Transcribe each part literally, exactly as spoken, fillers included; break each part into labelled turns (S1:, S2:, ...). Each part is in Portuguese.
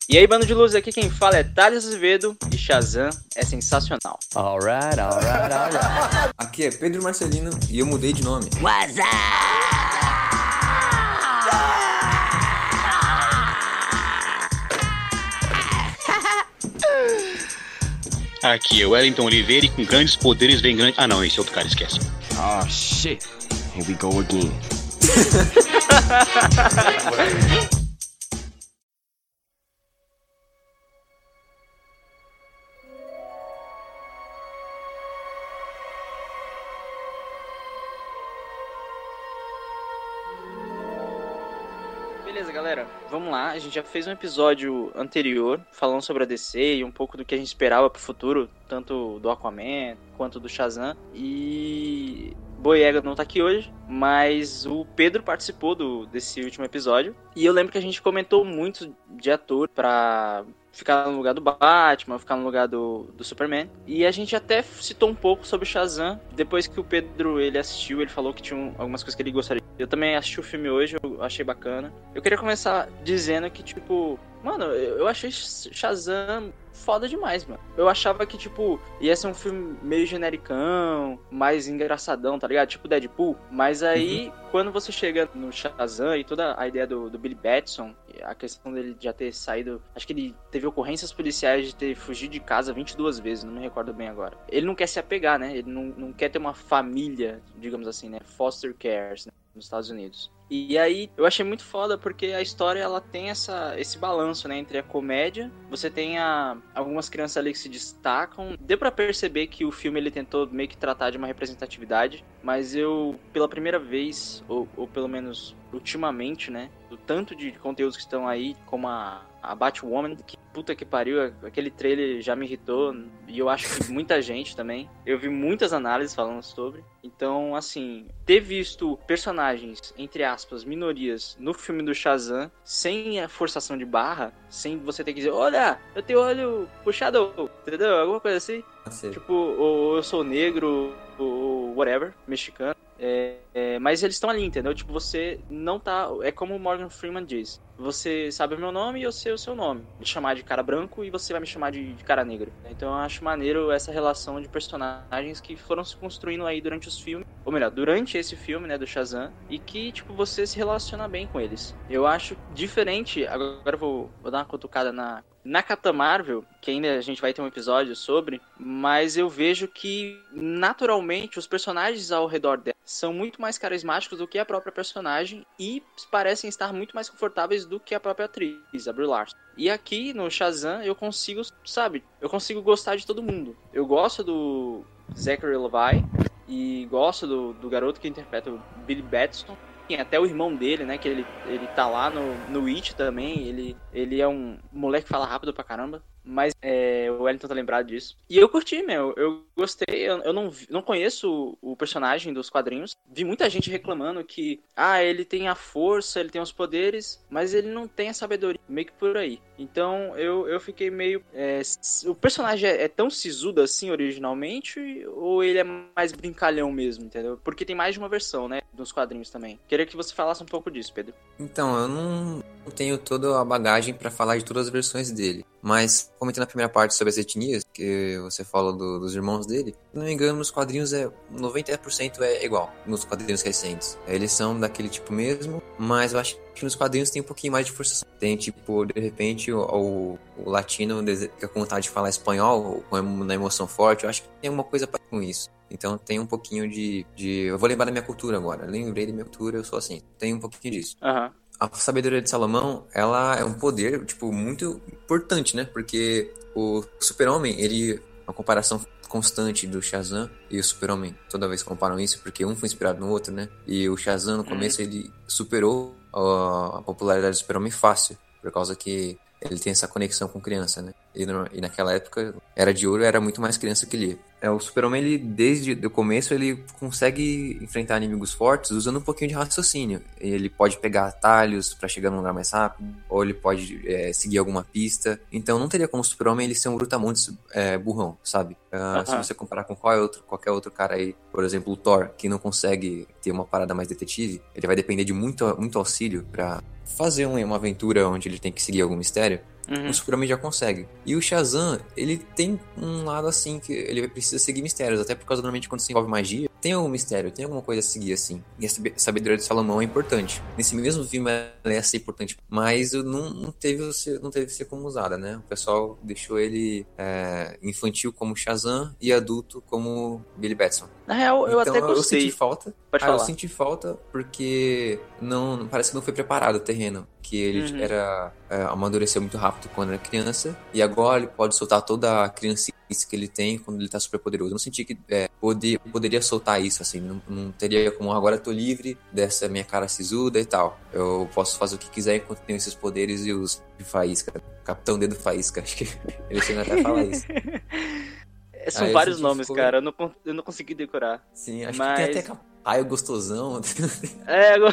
S1: E aí, bando de luz, aqui quem fala é Thales Azevedo e Shazam é sensacional.
S2: Alright, alright, alright.
S3: Aqui é Pedro Marcelino e eu mudei de nome.
S2: What's up?
S4: Aqui é o Wellington Oliveira e com grandes poderes vem grande... Ah não, esse é outro cara, esquece.
S5: Oh shit, here we go again.
S1: Beleza, galera, vamos lá. A gente já fez um episódio anterior falando sobre a D C e um pouco do que a gente esperava pro futuro, tanto do Aquaman quanto do Shazam. E Boyega não tá aqui hoje, mas o Pedro participou do, desse último episódio. E eu lembro que a gente comentou muito de ator pra ficar no lugar do Batman, ficar no lugar do, do Superman. E a gente até citou um pouco sobre o Shazam. Depois que o Pedro ele assistiu, ele falou que tinha um, algumas coisas que ele gostaria. Eu também assisti o filme hoje, eu achei bacana. Eu queria começar dizendo que, tipo... Mano, eu achei Shazam foda demais, mano. Eu achava que, tipo, ia ser um filme meio genericão, mais engraçadão, tá ligado? Tipo Deadpool. Mas aí, uhum. quando você chega no Shazam e toda a ideia do, do Billy Batson, a questão dele já ter saído... Acho que ele teve ocorrências policiais de ter fugido de casa vinte e duas vezes, não me recordo bem agora. Ele não quer se apegar, né? Ele não, não quer ter uma família, digamos assim, né? Foster cares, né? Nos Estados Unidos. E aí, eu achei muito foda porque a história, ela tem essa, esse balanço, né, entre a comédia, você tem a, algumas crianças ali que se destacam, deu pra perceber que o filme, ele tentou meio que tratar de uma representatividade, mas eu, pela primeira vez, ou, ou pelo menos ultimamente, né, do tanto de conteúdos que estão aí, como a, a Batwoman, que puta que pariu, aquele trailer já me irritou, e eu acho que muita gente também, eu vi muitas análises falando sobre, então, assim, ter visto personagens, entre aspas, minorias, no filme do Shazam, sem a forçação de barra, sem você ter que dizer, olha, eu tenho olho puxado, entendeu? Alguma coisa assim. Sim. Tipo, ou eu sou negro, ou whatever, mexicano. É, é, mas eles estão ali, entendeu? Tipo, você não tá... É como o Morgan Freeman diz. Você sabe o meu nome e eu sei o seu nome. Me chamar de cara branco e você vai me chamar de, de cara negra. Então eu acho maneiro essa relação de personagens que foram se construindo aí durante os filmes. Ou melhor, durante esse filme, né, do Shazam. E que, tipo, você se relaciona bem com eles. Eu acho diferente... Agora eu vou, vou dar uma cutucada na... Na Capitã Marvel, que ainda a gente vai ter um episódio sobre, mas eu vejo que, naturalmente, os personagens ao redor dela são muito mais carismáticos do que a própria personagem e parecem estar muito mais confortáveis do que a própria atriz, a Brie Larson. E aqui, no Shazam, eu consigo, sabe, eu consigo gostar de todo mundo. Eu gosto do Zachary Levi e gosto do, do garoto que interpreta o Billy Batson. Até o irmão dele, né, que ele, ele tá lá no, no It também, ele, ele é um moleque que fala rápido pra caramba, mas é, o Wellington tá lembrado disso. E eu curti, meu, eu gostei, eu, eu não, não conheço o personagem dos quadrinhos, vi muita gente reclamando que, ah, ele tem a força, ele tem os poderes, mas ele não tem a sabedoria, meio que por aí. Então eu, eu fiquei meio... É, o personagem é, é tão sisudo assim originalmente, ou ele é mais brincalhão mesmo, entendeu? Porque tem mais de uma versão, né, dos quadrinhos também. Queria que você falasse um pouco disso, Pedro.
S3: Então, eu não tenho toda a bagagem pra falar de todas as versões dele. Mas, comentando a primeira parte sobre as etnias, que você fala do, dos irmãos dele, se não me engano, nos quadrinhos é noventa por cento é igual, nos quadrinhos recentes. Eles são daquele tipo mesmo, mas eu acho que nos quadrinhos tem um pouquinho mais de forçação. Tem, tipo, de repente, o, o, o latino fica com vontade de falar espanhol, com na emoção forte, eu acho que tem alguma coisa pra com isso. Então tem um pouquinho de, de... Eu vou lembrar da minha cultura agora. Lembrei da minha cultura, eu sou assim. Tem um pouquinho disso.
S1: Aham. Uhum.
S3: A sabedoria de Salomão, ela é um poder, tipo, muito importante, né? Porque o Super-Homem, ele... Uma comparação constante do Shazam e o Super-Homem. Toda vez comparam isso, porque um foi inspirado no outro, né? E o Shazam, no começo, uhum. ele superou a, a popularidade do Super-Homem fácil. Por causa que ele tem essa conexão com criança, né? E, no, e naquela época, Era de Ouro era muito mais criança que ele. É, o Super-Homem, ele, desde o começo, ele consegue enfrentar inimigos fortes usando um pouquinho de raciocínio. Ele pode pegar atalhos pra chegar num lugar mais rápido, ou ele pode é, seguir alguma pista. Então não teria como o Super-Homem ele ser um brutamontes é, burrão, sabe? Uh, uh-huh. Se você comparar com qual é outro, qualquer outro cara aí, por exemplo, o Thor, que não consegue ter uma parada mais detetive, ele vai depender de muito, muito auxílio pra fazer uma aventura onde ele tem que seguir algum mistério.
S1: Uhum.
S3: o Super-Homem já consegue. E o Shazam, ele tem um lado assim, que ele precisa seguir mistérios, até por causa, normalmente, quando se envolve magia, tem algum mistério, tem alguma coisa a seguir, assim. E a sabedoria de Salomão é importante. Nesse mesmo filme, ela ia ser importante, mas não, não, teve, não teve ser como usada, né? O pessoal deixou ele é, infantil como Shazam e adulto como Billy Batson.
S1: Na real, eu
S3: então,
S1: até gostei.
S3: eu senti falta.
S1: Pode
S3: ah,
S1: falar.
S3: eu senti falta porque não, parece que não foi preparado o terreno. Que ele
S1: Uhum.
S3: era é, amadureceu muito rápido quando era criança. E agora ele pode soltar toda a criancice que ele tem quando ele tá super poderoso. Eu não senti que é, poder, poderia soltar isso, assim. Não, não teria como, agora eu tô livre dessa minha cara sisuda e tal. Eu posso fazer o que quiser enquanto tenho esses poderes e os de faísca. Capitão Dedo Faísca, acho que ele chega até a falar isso.
S1: São
S3: Ah,
S1: vários
S3: senti,
S1: nomes,
S3: ficou...
S1: cara. Eu não, eu não consegui decorar.
S3: Sim, acho
S1: mas...
S3: que tem até raio gostosão.
S1: É, agora...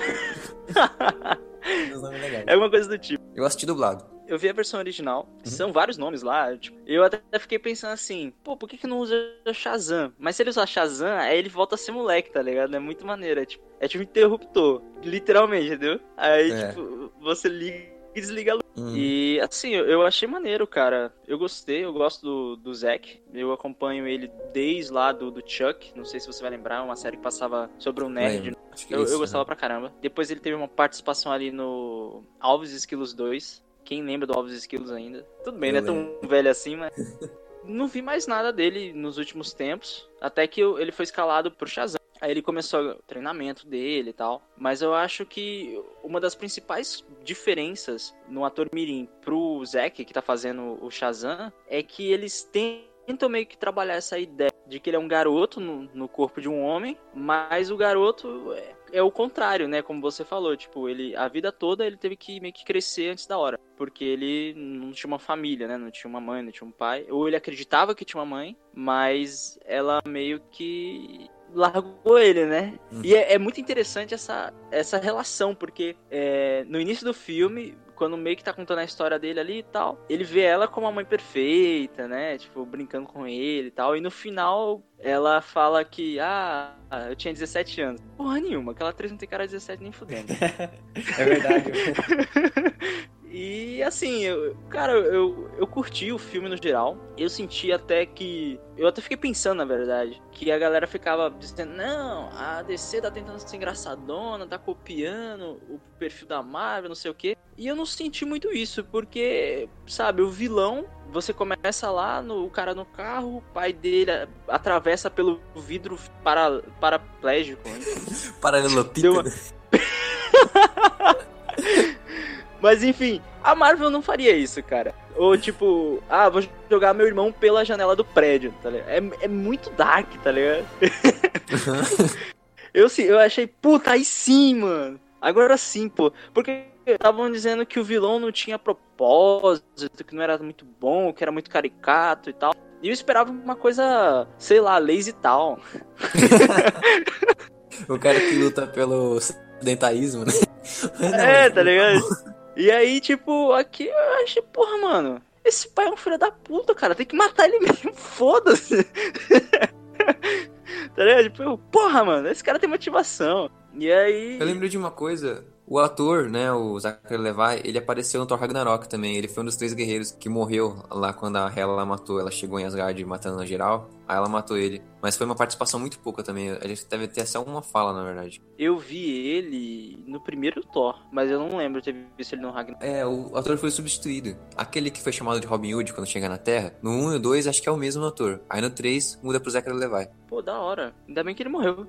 S3: é
S1: alguma coisa do tipo.
S3: Eu assisti dublado.
S1: Eu vi a versão original,
S3: Uhum.
S1: são vários nomes lá, tipo, eu até fiquei pensando assim, pô, por que que não usa Shazam? Mas se ele usar Shazam, aí ele volta a ser moleque, tá ligado? É muito maneiro, é tipo, é tipo um interruptor, literalmente, entendeu? Aí,
S3: É.
S1: tipo, você liga e desliga a luz.
S3: Uhum.
S1: E, assim, eu, eu achei maneiro, cara. Eu gostei, eu gosto do, do Zack. Eu acompanho ele desde lá do, do Chuck, não sei se você vai lembrar, uma série que passava sobre um nerd.
S3: Lembro. Acho que
S1: Eu,
S3: isso,
S1: eu gostava
S3: né?
S1: pra caramba. Depois ele teve uma participação ali no Alves e Esquilos dois. Quem lembra do Alves e Esquilos ainda? Tudo bem,
S3: Eu
S1: não é tão velho assim, mas... Não vi mais nada dele nos últimos tempos. Até que eu, ele foi escalado pro Shazam. Aí ele começou o treinamento dele e tal. Mas eu acho que uma das principais diferenças no ator mirim pro Zack, que tá fazendo o Shazam, é que eles tentam meio que trabalhar essa ideia de que ele é um garoto no, no corpo de um homem, mas o garoto é, é o contrário, né? Como você falou, tipo, ele a vida toda ele teve que meio que crescer antes da hora, porque ele não tinha uma família, né? Não tinha uma mãe, não tinha um pai. Ou ele acreditava que tinha uma mãe, mas ela meio que largou ele, né?
S3: Uhum.
S1: E é, é muito interessante essa, essa relação, porque é, no início do filme, quando meio que tá contando a história dele ali e tal, ele vê ela como a mãe perfeita, né? Tipo, brincando com ele e tal. E no final, ela fala que, ah, eu tinha dezessete anos. Porra nenhuma, aquela atriz não tem cara de dezessete nem fudendo.
S2: É verdade.
S1: E assim, eu, cara, eu, eu curti o filme no geral. Eu senti até que... Eu até fiquei pensando, na verdade, que a galera ficava dizendo, não, a D C tá tentando ser engraçadona, tá copiando o perfil da Marvel, não sei o quê. E eu não senti muito isso, porque, sabe, o vilão, você começa lá, no, o cara no carro, o pai dele atravessa pelo vidro para, paraplégico.
S3: Paralelepípedo.
S1: Mas enfim, a Marvel não faria isso, cara. Ou tipo, ah, vou jogar meu irmão pela janela do prédio, tá ligado? É, é muito dark, tá ligado? eu, sim, eu achei, puta, aí sim, mano. Agora sim, pô. Porque estavam dizendo que o vilão não tinha propósito, que não era muito bom, que era muito caricato e tal. E eu esperava uma coisa, sei lá, lazy tal.
S3: O cara que luta pelo sedentarismo, né? Não,
S1: é, tá ligado? E aí, tipo, aqui eu achei, porra, mano, esse pai é um filho da puta, cara, tem que matar ele mesmo, foda-se. Tá ligado? Tipo, porra, mano, esse cara tem motivação. E aí...
S3: Eu lembro de uma coisa, o ator, né, o Zachary Levi, ele apareceu no Thor Ragnarok também, ele foi um dos três guerreiros que morreu lá quando a Hela matou, ela chegou em Asgard matando a geral, aí ela matou ele, mas foi uma participação muito pouca também, a gente deve ter só uma fala, na verdade.
S1: Eu vi ele no primeiro Thor, mas eu não lembro de ter visto ele no Ragnarok.
S3: É, o ator foi substituído, aquele que foi chamado de Robin Hood quando chega na Terra, no um e no dois acho que é o mesmo ator, aí no três muda pro Zachary Levi.
S1: Pô, da hora, ainda bem que ele morreu.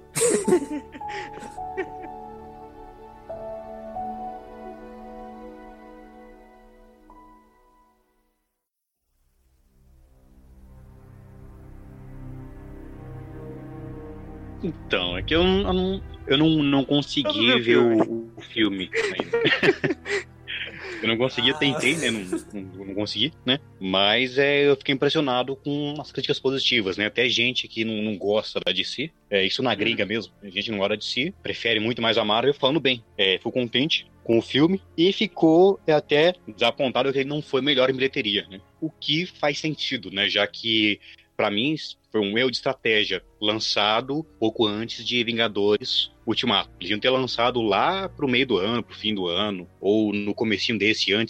S4: Então, é que eu, eu não, eu não, não consegui
S1: Eu
S4: ver
S1: não vi
S4: o, o filme ainda. Eu não consegui, eu tentei, né? Não, não, não consegui, né? Mas é, eu fiquei impressionado com as críticas positivas, né? Até gente que não, não gosta da D C, é, isso na gringa mesmo, a gente não gosta da D C, prefere muito mais a Marvel falando bem. É, fui contente com o filme e ficou até desapontado que ele não foi melhor em bilheteria, né? O que faz sentido, né? Já que, pra mim, foi um erro de estratégia lançado pouco antes de Vingadores Ultimato. Eles iam ter lançado lá pro meio do ano, pro fim do ano, ou no comecinho desse antes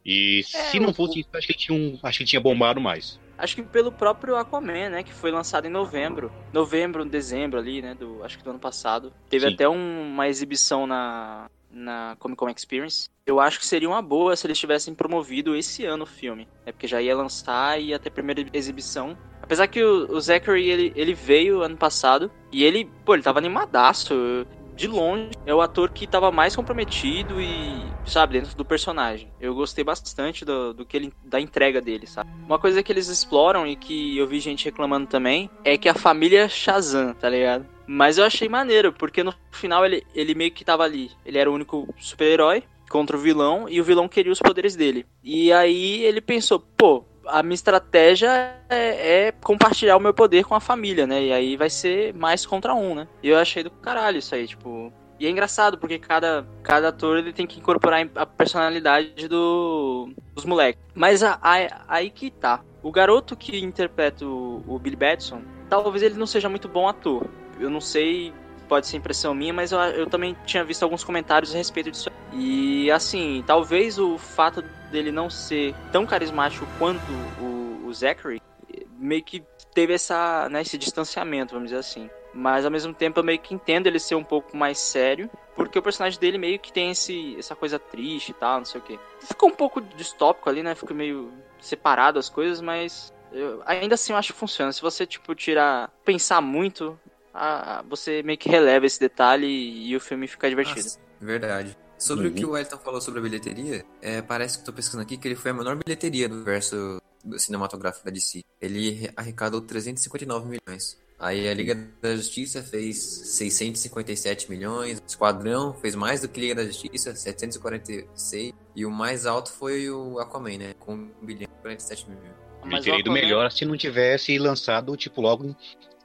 S4: E
S1: É,
S4: se não
S1: o-
S4: fosse isso, acho que ele tinha, um, acho que ele tinha bombado mais.
S1: Acho que pelo próprio Aquaman, né? Que foi lançado em novembro. Novembro, dezembro ali, né? Do, acho que do ano passado. Teve
S4: Sim.
S1: até um- uma exibição na, na Comic Con Experience. Eu acho que seria uma boa se eles tivessem promovido esse ano o filme. É porque já ia lançar e ia ter a primeira exibição. Apesar que o, o Zachary, ele, ele veio ano passado. E ele, pô, ele tava animadaço. De longe, é o ator que tava mais comprometido e, sabe, dentro do personagem. Eu gostei bastante do, do que ele, da entrega dele, sabe? Uma coisa que eles exploram e que eu vi gente reclamando também é que a família Shazam, tá ligado? Mas eu achei maneiro, porque no final ele, ele meio que tava ali. Ele era o único super-herói contra o vilão e o vilão queria os poderes dele. E aí ele pensou, pô, a minha estratégia é, é compartilhar o meu poder com a família, né? E aí vai ser mais contra um, né? E eu achei do caralho isso aí, tipo... E é engraçado, porque cada, cada ator ele tem que incorporar a personalidade do, dos moleques. Mas a, a, aí que tá. O garoto que interpreta o, o Billy Batson, talvez ele não seja muito bom ator. Eu não sei... Pode ser impressão minha, mas eu, eu também tinha visto alguns comentários a respeito disso. E assim, talvez o fato dele não ser tão carismático quanto o, o Zachary meio que teve essa, né, esse distanciamento, vamos dizer assim. Mas ao mesmo tempo eu meio que entendo ele ser um pouco mais sério, porque o personagem dele meio que tem esse, essa coisa triste e tal, não sei o quê. Ficou um pouco distópico ali, né? Ficou meio separado as coisas, mas eu, ainda assim eu acho que funciona. Se você, tipo, tirar, pensar muito... Ah, você meio que releva esse detalhe e, e o filme fica divertido.
S3: Nossa, verdade. Sobre
S4: Uhum.
S3: o que o Elton falou sobre a bilheteria, é, parece que estou pesquisando aqui que ele foi a menor bilheteria do universo cinematográfico da D C. Ele arrecadou trezentos e cinquenta e nove milhões. Aí a Liga da Justiça fez seiscentos e cinquenta e sete milhões. Esquadrão fez mais do que Liga da Justiça, setecentos e quarenta e seis. E o mais alto foi o Aquaman, né? Com um bilhão e quarenta e sete milhões.
S4: Ele teria ido melhor se não tivesse lançado, tipo, logo,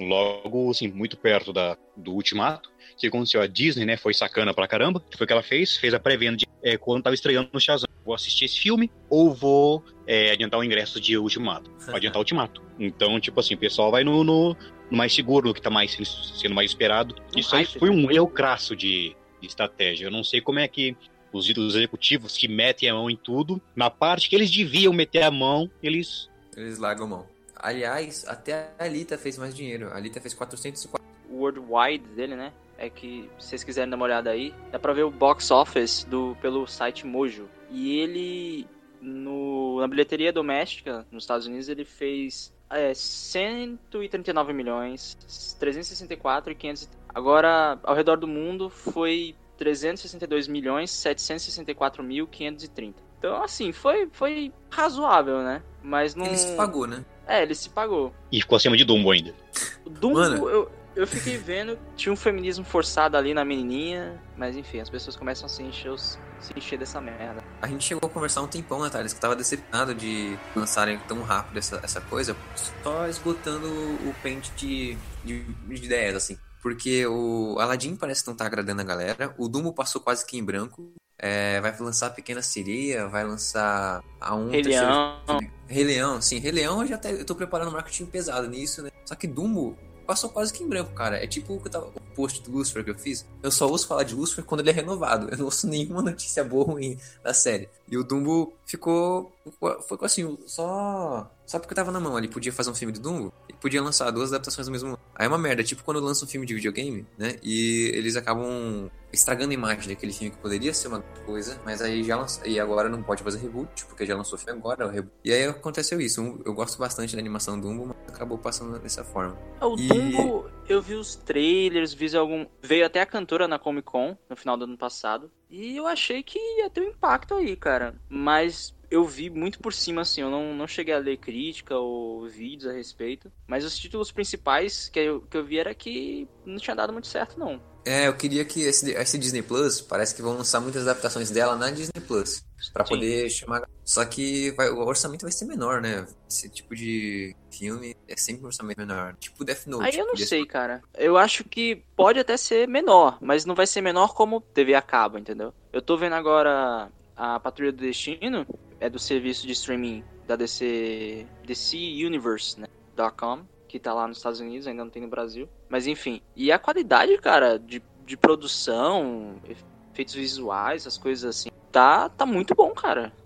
S4: logo assim, muito perto da, do Ultimato. O que aconteceu? A Disney, né, foi sacana pra caramba. O que foi que ela fez? Fez a pré-venda de, é, quando tava estreando no Shazam. Vou assistir esse filme ou vou é, adiantar o ingresso de Ultimato? Vou adiantar o Ultimato. Então, tipo assim, o pessoal vai no, no, no mais seguro, no que tá mais, sendo mais esperado.
S1: Um
S4: Isso aí
S1: hype,
S4: foi
S1: né?
S4: um erro crasso de, de estratégia. Eu não sei como é que os, os executivos que metem a mão em tudo, na parte que eles deviam meter a mão, eles...
S3: Eles largam mão. Aliás, até a Alita fez mais dinheiro. A Alita fez quatrocentos e quatro.
S1: O worldwide dele, né? É que, se vocês quiserem dar uma olhada aí, dá pra ver o box office do, pelo site Mojo. E ele, no, na bilheteria doméstica, nos Estados Unidos, ele fez é, cento e trinta e nove milhões, trezentos e sessenta e quatro e quinhentos. Agora, ao redor do mundo, foi trezentos e sessenta e dois milhões, setecentos e sessenta e quatro mil, quinhentos e trinta. Então, assim, foi, foi razoável, né? Mas não...
S3: Ele se pagou, né?
S1: É, ele se pagou.
S4: E ficou acima de Dumbo ainda.
S1: O Dumbo,
S3: Mano.
S1: eu, eu fiquei vendo, tinha um feminismo forçado ali na menininha, mas enfim, as pessoas começam a se encher, os, se encher dessa merda.
S3: A gente chegou a conversar um tempão, né, Thales? Que tava decepcionado de lançarem tão rápido essa, essa coisa, só esgotando o pente de, de, de ideias, assim. Porque o Aladdin parece que não tá agradando a galera, o Dumbo passou quase que em branco, é, vai lançar a Pequena Sereia, vai lançar a um
S1: Rei
S3: terceiro
S1: Leão.
S3: filme. Rei Leão, sim, Rei Leão eu já até, eu tô preparando um marketing pesado nisso, né? Só que Dumbo passou quase que em branco, cara. É tipo o, que eu tava, o post do Lucifer que eu fiz. Eu só ouço falar de Lucifer quando ele é renovado. Eu não ouço nenhuma notícia boa ou ruim da série. E o Dumbo ficou... Foi assim, só... Só porque eu tava na mão ali, podia fazer um filme do Dumbo e podia lançar duas adaptações do mesmo ano. Aí é uma merda, tipo quando lança um filme de videogame, né? E eles acabam estragando a imagem daquele filme que poderia ser uma coisa, mas aí já lançou, e agora não pode fazer reboot, porque já lançou o filme agora, é o reboot. E aí aconteceu isso. Eu gosto bastante da animação do Dumbo, mas acabou passando dessa forma.
S1: O
S3: E-
S1: Dumbo, eu vi os trailers, vi algum... Veio até a cantora na Comic Con, no final do ano passado. E eu achei que ia ter um impacto aí, cara. Mas eu vi muito por cima, assim. Eu não, não cheguei a ler crítica ou vídeos a respeito. Mas os títulos principais que eu, que eu vi era que não tinha dado muito certo, não.
S3: É, eu queria que esse, esse Disney Plus, parece que vão lançar muitas adaptações dela na Disney Plus, pra
S1: Sim.
S3: poder chamar... Só que vai- o orçamento vai ser menor, né? Esse tipo de filme é sempre um orçamento menor. Tipo Death Note.
S1: Aí eu não
S3: podia
S1: sei,
S3: ser-
S1: cara. Eu acho que pode até ser menor, mas não vai ser menor como T V a cabo, entendeu? Eu tô vendo agora a Patrulha do Destino, é do serviço de streaming da D C, D C Universe, né? .com, que tá lá nos Estados Unidos, ainda não tem no Brasil. Mas enfim, e a qualidade, cara, de, de produção, efeitos visuais, as coisas assim, tá, tá muito bom, cara.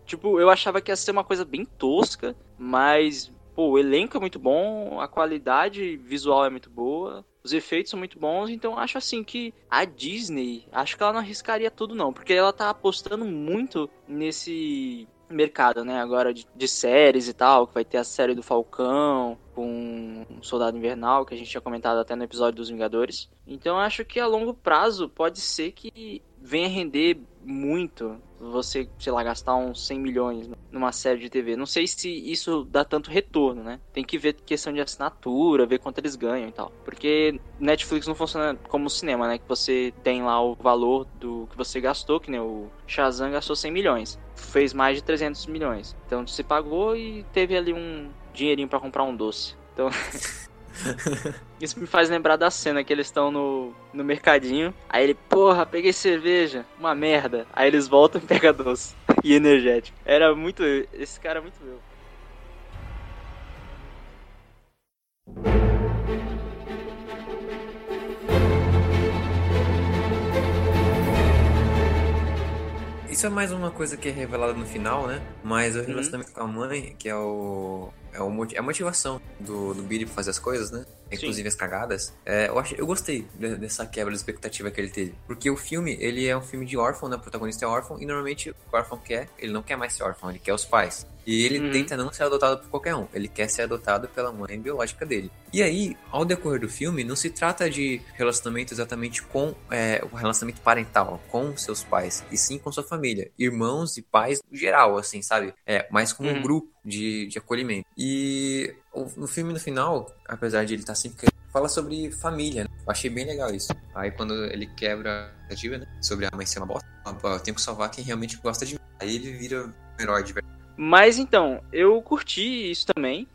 S1: Tipo, eu achava que ia ser uma coisa bem tosca, mas, pô, o elenco é muito bom, a qualidade visual é muito boa, os efeitos são muito bons, então acho assim que a Disney, acho que ela não arriscaria tudo não, porque ela tá apostando muito nesse mercado, né, agora de, de séries e tal, que vai ter a série do Falcão, com o Soldado Invernal, que a gente tinha comentado até no episódio dos Vingadores. Então acho que a longo prazo pode ser que venha render muito você, sei lá, gastar uns cem milhões numa série de T V. Não sei se isso dá tanto retorno, né? Tem que ver questão de assinatura, ver quanto eles ganham e tal. Porque Netflix não funciona como cinema, né? Que você tem lá o valor do que você gastou, que nem o Shazam gastou cem milhões. Fez mais de trezentos milhões. Então você pagou e teve ali um dinheirinho pra comprar um doce. Então... Isso me faz lembrar da cena que eles estão no, no mercadinho. Aí ele, porra, peguei cerveja, uma merda. Aí eles voltam e pegam doce e energético. Era muito... Esse cara é muito meu.
S3: Isso é mais uma coisa que é revelada no final, né? Mas o
S1: Uhum.
S3: relacionamento com a mãe, que é o... É, o, moti- é a motivação do, do Billy pra fazer as coisas, né? Inclusive as cagadas. É, eu, achei, eu gostei de- dessa quebra de expectativa que ele teve. Porque o filme, ele é um filme de órfão, né? O protagonista é órfão. E normalmente o que o órfão quer, ele não quer mais ser órfão, ele quer os pais. E ele
S1: Uhum.
S3: tenta não ser adotado por qualquer um. Ele quer ser adotado pela mãe biológica dele. E aí, ao decorrer do filme, não se trata de relacionamento exatamente com é, o relacionamento parental, com seus pais. E sim com sua família. Irmãos e pais no geral, assim, sabe? É, mais como
S1: Uhum.
S3: um grupo de, de acolhimento. E o, no filme, no final, apesar de ele estar sempre... Fala sobre família, né? Eu achei bem legal isso. Aí quando ele quebra a expectativa, né? Sobre a mãe ser uma bosta. Eu tenho que salvar quem realmente gosta de mim. Aí ele vira um herói de verdade.
S1: Mas então, eu curti isso também.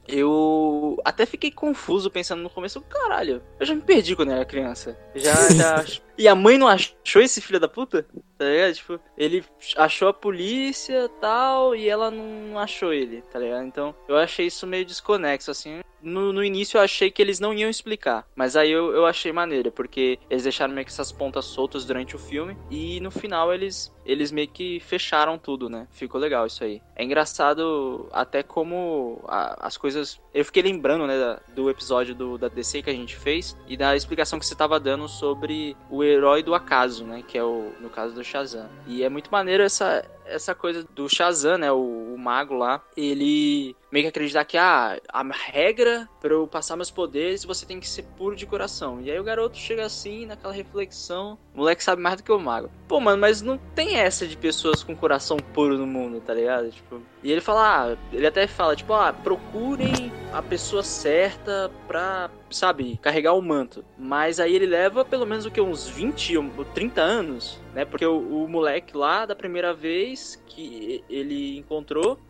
S1: Eu até fiquei confuso pensando no começo, caralho, eu já me perdi quando era criança. Já, já. E a mãe não achou esse filho da puta? Tá ligado? Tipo, ele achou a polícia e tal, e ela não achou ele, tá ligado? Então, eu achei isso meio desconexo, assim. No, no início eu achei que eles não iam explicar, mas aí eu, eu achei maneiro, porque eles deixaram meio que essas pontas soltas durante o filme, e no final eles, eles meio que fecharam tudo, né? Ficou legal isso aí. É engraçado até como a, as coisas... Eu fiquei lembrando, né, da, do episódio do, da D C que a gente fez, e da explicação que você tava dando sobre o herói do acaso, né? Que é o, no caso do Shazam. E é muito maneiro essa, essa coisa do Shazam, né? O, o mago lá, ele meio que acreditar que ah, a regra pra eu passar meus poderes, você tem que ser puro de coração. E aí o garoto chega assim, naquela reflexão, o moleque sabe mais do que o mago. Pô, mano, mas não tem essa de pessoas com coração puro no mundo, tá ligado? Tipo, e ele fala, ah, ele até fala, tipo, ah, procurem a pessoa certa pra, sabe, carregar o manto. Mas aí ele leva pelo menos o que, uns vinte ou trinta anos, né? Porque o, o moleque lá, da primeira vez que ele encontrou,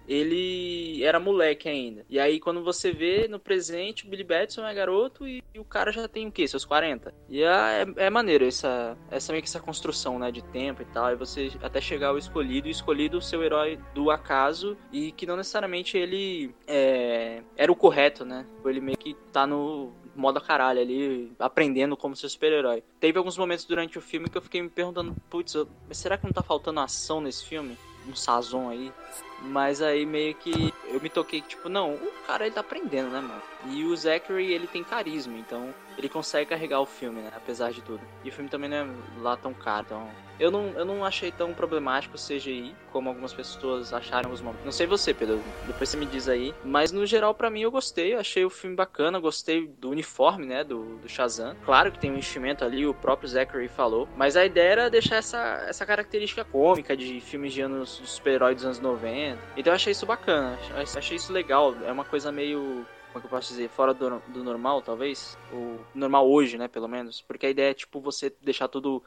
S1: ele era moleque ainda. E aí quando você vê no presente, o Billy Batson é garoto e, e o cara já tem o quê? Seus quarenta. E é, é, é maneiro essa, essa meio que essa construção, né, de tempo e tal. E você até chegar ao escolhido, e escolhido o seu herói do acaso, e que não necessariamente ele é, era o correto, né? Ele meio que tá no modo a caralho ali, aprendendo como ser super-herói. Teve alguns momentos durante o filme que eu fiquei me perguntando, putz, mas será que não tá faltando ação nesse filme? Um sazon aí? Mas aí meio que eu me toquei que, tipo, não, o cara ele tá aprendendo, né, mano? E o Zachary, ele tem carisma, então ele consegue carregar o filme, né, apesar de tudo. E o filme também não é lá tão caro, então... Eu não, eu não achei tão problemático o C G I, como algumas pessoas acharam os momentos. Não sei você, Pedro, depois você me diz aí. Mas no geral, pra mim, eu gostei, eu achei o filme bacana, gostei do uniforme, né, do, do Shazam. Claro que tem um enchimento ali, o próprio Zachary falou, mas a ideia era deixar essa, essa característica cômica de filmes de anos, de super-herói dos anos noventa. Então eu achei isso bacana, achei isso legal, é uma coisa meio... Como é que eu posso dizer? Fora do, do normal, talvez? O normal hoje, né, pelo menos. Porque a ideia é, tipo, você deixar tudo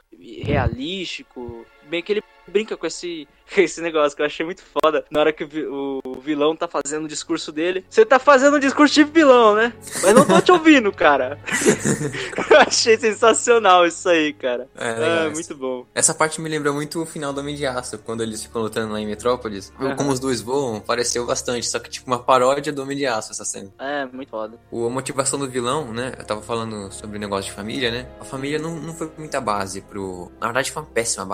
S1: realístico. Bem que ele brinca com esse, esse negócio que eu achei muito foda. Na hora que o, o vilão tá fazendo o discurso dele. Você tá fazendo um discurso de vilão, né? Mas não tô te ouvindo, cara. Eu achei sensacional isso aí, cara.
S3: É, legal
S1: Ah,
S3: isso.
S1: muito bom.
S3: Essa parte me lembra muito o final do Homem de Aço, quando eles ficam lutando lá em Metrópolis.
S1: Aham.
S3: Como os dois voam, pareceu bastante, só que tipo uma paródia do Homem de Aço essa cena.
S1: É, muito foda.
S3: O, a motivação do vilão, né? Eu tava falando sobre o negócio de família, né? A família não, não foi muita base pro... Na verdade foi uma péssima base, né? Pro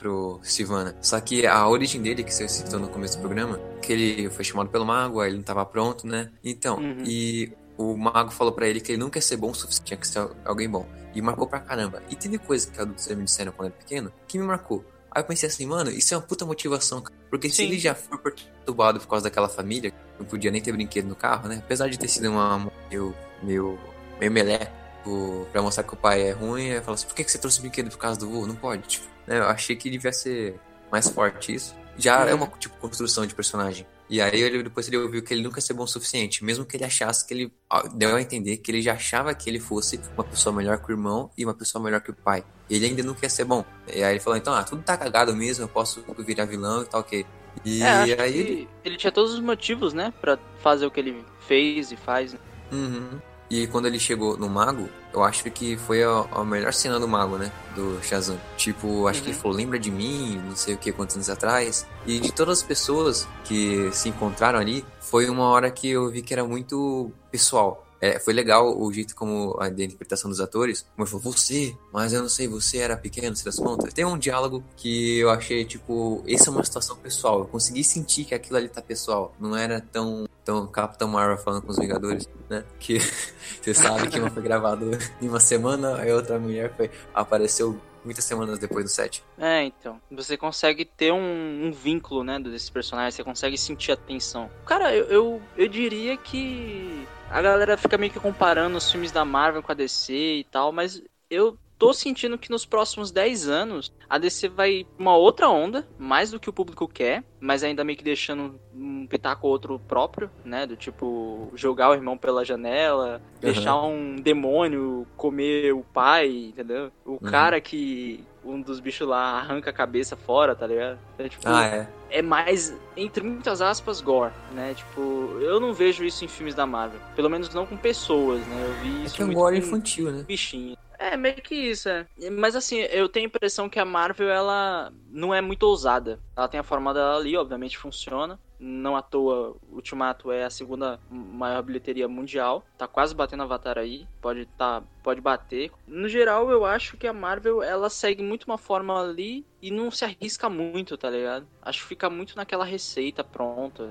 S3: pro Sivana. Só que a origem dele, que você citou no começo do programa, que ele foi chamado pelo mago, aí ele não tava pronto, né? Então,
S1: Uhum.
S3: e o mago falou pra ele que ele nunca ia ser bom o suficiente, tinha que ser alguém bom. E marcou pra caramba. E teve coisa que adultos me disseram quando eu era pequeno, que me marcou. Aí eu pensei assim, mano, isso é uma puta motivação, cara. Porque se
S1: Sim.
S3: ele já foi perturbado por causa daquela família, não podia nem ter brinquedo no carro, né? Apesar de ter sido uma meio, meio, meio meleco pra mostrar que o pai é ruim, aí fala assim, por que que você trouxe brinquedo por causa do vô? Não pode, tipo, né? Eu achei que devia ser mais forte isso. Já
S1: Uhum.
S3: é uma, tipo, construção de personagem. E aí ele, depois ele ouviu que ele nunca ia ser bom o suficiente, mesmo que ele achasse que ele, deu a entender que ele já achava que ele fosse uma pessoa melhor que o irmão e uma pessoa melhor que o pai. Ele ainda não quer ser bom. E aí ele falou, então, ah, tudo tá cagado mesmo, eu posso virar vilão e tal, ok. E
S1: É, acho
S3: aí
S1: que
S3: ele...
S1: ele tinha todos os motivos, né, pra fazer o que ele fez e faz. Né?
S3: Uhum. E quando ele chegou no mago, eu acho que foi a, a melhor cena do mago, né? Do Shazam. Tipo, acho
S1: Uhum.
S3: que ele falou, lembra de mim, não sei o que, quantos anos atrás. E de todas as pessoas que se encontraram ali, foi uma hora que eu vi que era muito pessoal. É, foi legal o jeito como a da interpretação dos atores. Como ele falou, você, mas eu não sei, você era pequeno, se das contas. Tem um diálogo que eu achei, tipo, essa é uma situação pessoal. Eu consegui sentir que aquilo ali tá pessoal. Não era tão, tão Capitão Marvel falando com os Vingadores, né? Que você sabe que uma foi gravada em uma semana, a outra mulher foi, apareceu muitas semanas depois do set.
S1: É, então. Você consegue ter um, um vínculo, né, desses personagens, você consegue sentir a tensão. Cara, eu, eu, eu diria que a galera fica meio que comparando os filmes da Marvel com a D C e tal, mas eu tô sentindo que nos próximos dez anos a D C vai uma outra onda, mais do que o público quer, mas ainda meio que deixando um pitaco outro próprio, né? Do tipo, jogar o irmão pela janela, uhum. deixar um demônio comer o pai, entendeu? O uhum. cara que um dos bichos lá arranca a cabeça fora, tá ligado? Então, tipo,
S3: ah, é.
S1: é mais, entre muitas aspas, gore, né? Tipo, eu não vejo isso em filmes da Marvel. Pelo menos não com pessoas, né? Eu vi isso
S3: é que é um
S1: muito
S3: gore
S1: com
S3: infantil, né?
S1: bichinho. É, meio que isso, é. Mas assim, eu tenho a impressão que a Marvel, ela não é muito ousada. Ela tem a forma dela ali, obviamente funciona. Não à toa, Ultimato é a segunda maior bilheteria mundial. Tá quase batendo Avatar aí. Pode, tá, pode bater. No geral, eu acho que a Marvel, ela segue muito uma forma ali e não se arrisca muito, tá ligado? Acho que fica muito naquela receita pronta.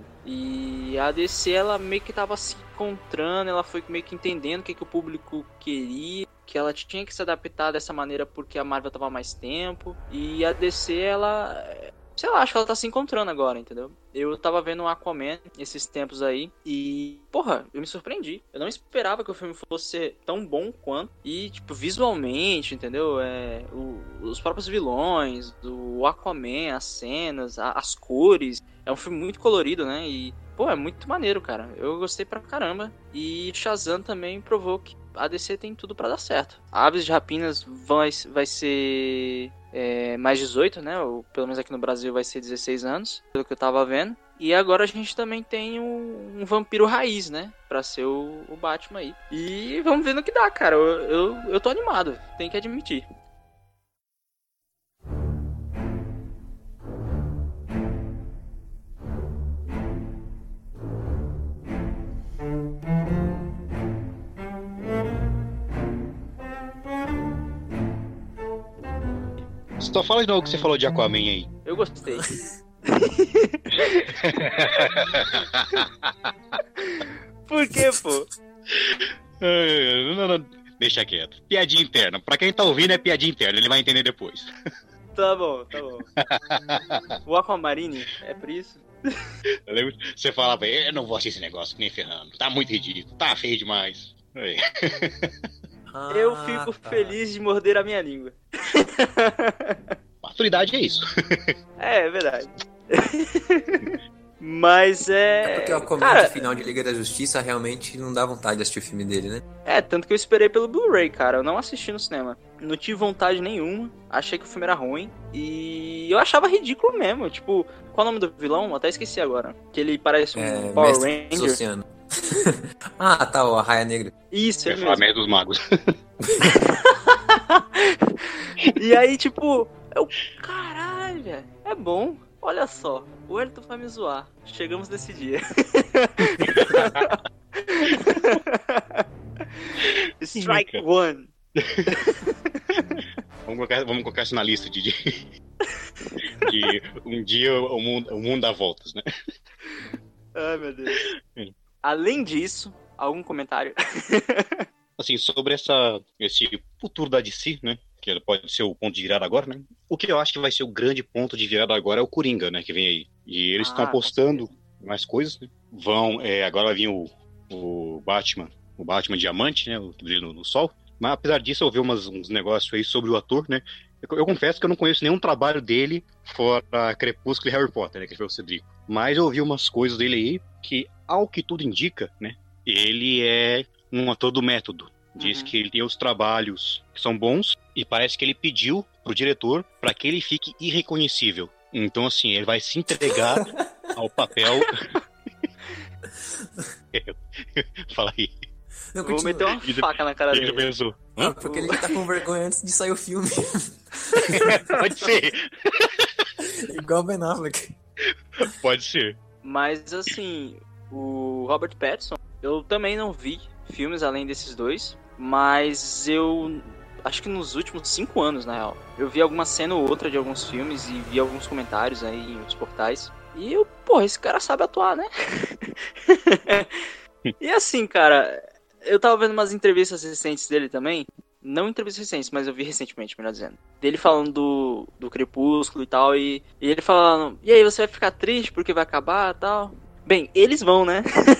S1: E a D C, ela meio que tava se encontrando, ela foi meio que entendendo o que, que o público queria, que ela tinha que se adaptar dessa maneira porque a Marvel tava há mais tempo. E a D C, ela... sei lá, acho que ela tá se encontrando agora, entendeu? Eu tava vendo o Aquaman esses tempos aí e, porra, eu me surpreendi. Eu não esperava que o filme fosse ser tão bom quanto. E, tipo, visualmente, entendeu? É, o, os próprios vilões, o Aquaman, as cenas, a, as cores. É um filme muito colorido, né? E, pô, é muito maneiro, cara. Eu gostei pra caramba. E Shazam também provou que a D C tem tudo pra dar certo. Aves de Rapinas vai, vai ser... É, mais dezoito, né? Ou pelo menos aqui no Brasil vai ser dezesseis anos, pelo que eu tava vendo. E agora a gente também tem um, um vampiro raiz, né? Pra ser o, o Batman aí. E vamos ver no que dá, cara. Eu, eu, eu tô animado, tem que admitir.
S4: Só fala de novo o que você falou de Aquaman aí.
S1: Eu gostei. Por que, pô?
S4: Não, não, deixa quieto. Piadinha interna. Pra quem tá ouvindo é piadinha interna, ele vai entender depois.
S1: Tá bom, tá bom. O Aquamarine, é por isso?
S4: Você falava, eu não vou assistir esse negócio nem ferrando. Tá muito ridículo, tá feio demais. Aí.
S1: Ah, eu fico tá. feliz de morder a minha língua.
S4: Maturidade é isso.
S1: É, é verdade. Mas é...
S3: É porque o Aquaman final de Liga da Justiça realmente não dá vontade de assistir o filme dele, né?
S1: É, tanto que eu esperei pelo Blu-ray, cara. Eu não assisti no cinema. Não tive vontade nenhuma. Achei que o filme era ruim. E eu achava ridículo mesmo. Tipo, qual é o nome do vilão? Até esqueci agora. Que ele parece um
S3: é,
S1: Power
S3: Mestre
S1: Ranger.
S3: Do Oceano. Ah, tá, o Arraia Negra.
S1: Isso, é,
S4: é
S1: mesmo.
S4: A dos magos.
S1: E aí, tipo, eu... caralho, velho. É bom. Olha só, o Ayrton vai me zoar. Chegamos nesse dia. Strike one.
S4: Vamos colocar, vamos colocar isso na lista, Didi. Que um dia o mundo, o mundo dá voltas, né?
S1: Ai, meu Deus. Além disso, algum comentário?
S4: Assim, sobre essa, esse futuro da D C, né? Que pode ser o ponto de virada agora, né? O que eu acho que vai ser o grande ponto de virada agora é o Coringa, né? Que vem aí. E eles estão
S1: Ah,
S4: apostando mais coisas, né? Vão, é, agora vai vir o, o Batman, o Batman Diamante, né? O que brilha no, no sol. Mas apesar disso, eu vi umas, uns negócios aí sobre o ator, né? Eu, eu confesso que eu não conheço nenhum trabalho dele fora Crepúsculo e Harry Potter, né? Que foi o Cedrico. Mas eu ouvi umas coisas dele aí que, ao que tudo indica, né? Ele é um ator do método. Diz
S1: Uhum.
S4: que ele tem os trabalhos que são bons e parece que ele pediu pro diretor para que ele fique irreconhecível. Então, assim, ele vai se entregar ao papel. Fala aí.
S3: Não,
S1: Vou
S3: continua.
S1: meter uma
S4: E
S1: faca na cara
S4: Ele
S1: dele.
S4: pensou.
S3: Ah, porque ele já tá com vergonha antes de sair o filme.
S4: Pode ser,
S3: Igual o Ben Affleck.
S4: pode ser.
S1: Mas, assim, o Robert Pattinson, eu também não vi filmes além desses dois, mas eu acho que nos últimos cinco anos, na real, eu vi alguma cena ou outra de alguns filmes e vi alguns comentários aí em outros portais. E eu, pô, esse cara sabe atuar, né? E assim, cara, eu tava vendo umas entrevistas recentes dele também. Não entrevistas recentes, mas eu vi recentemente, melhor dizendo. Dele falando do, do Crepúsculo e tal. E, e ele falando, e aí, você vai ficar triste porque vai acabar e tal? Bem, eles vão, né?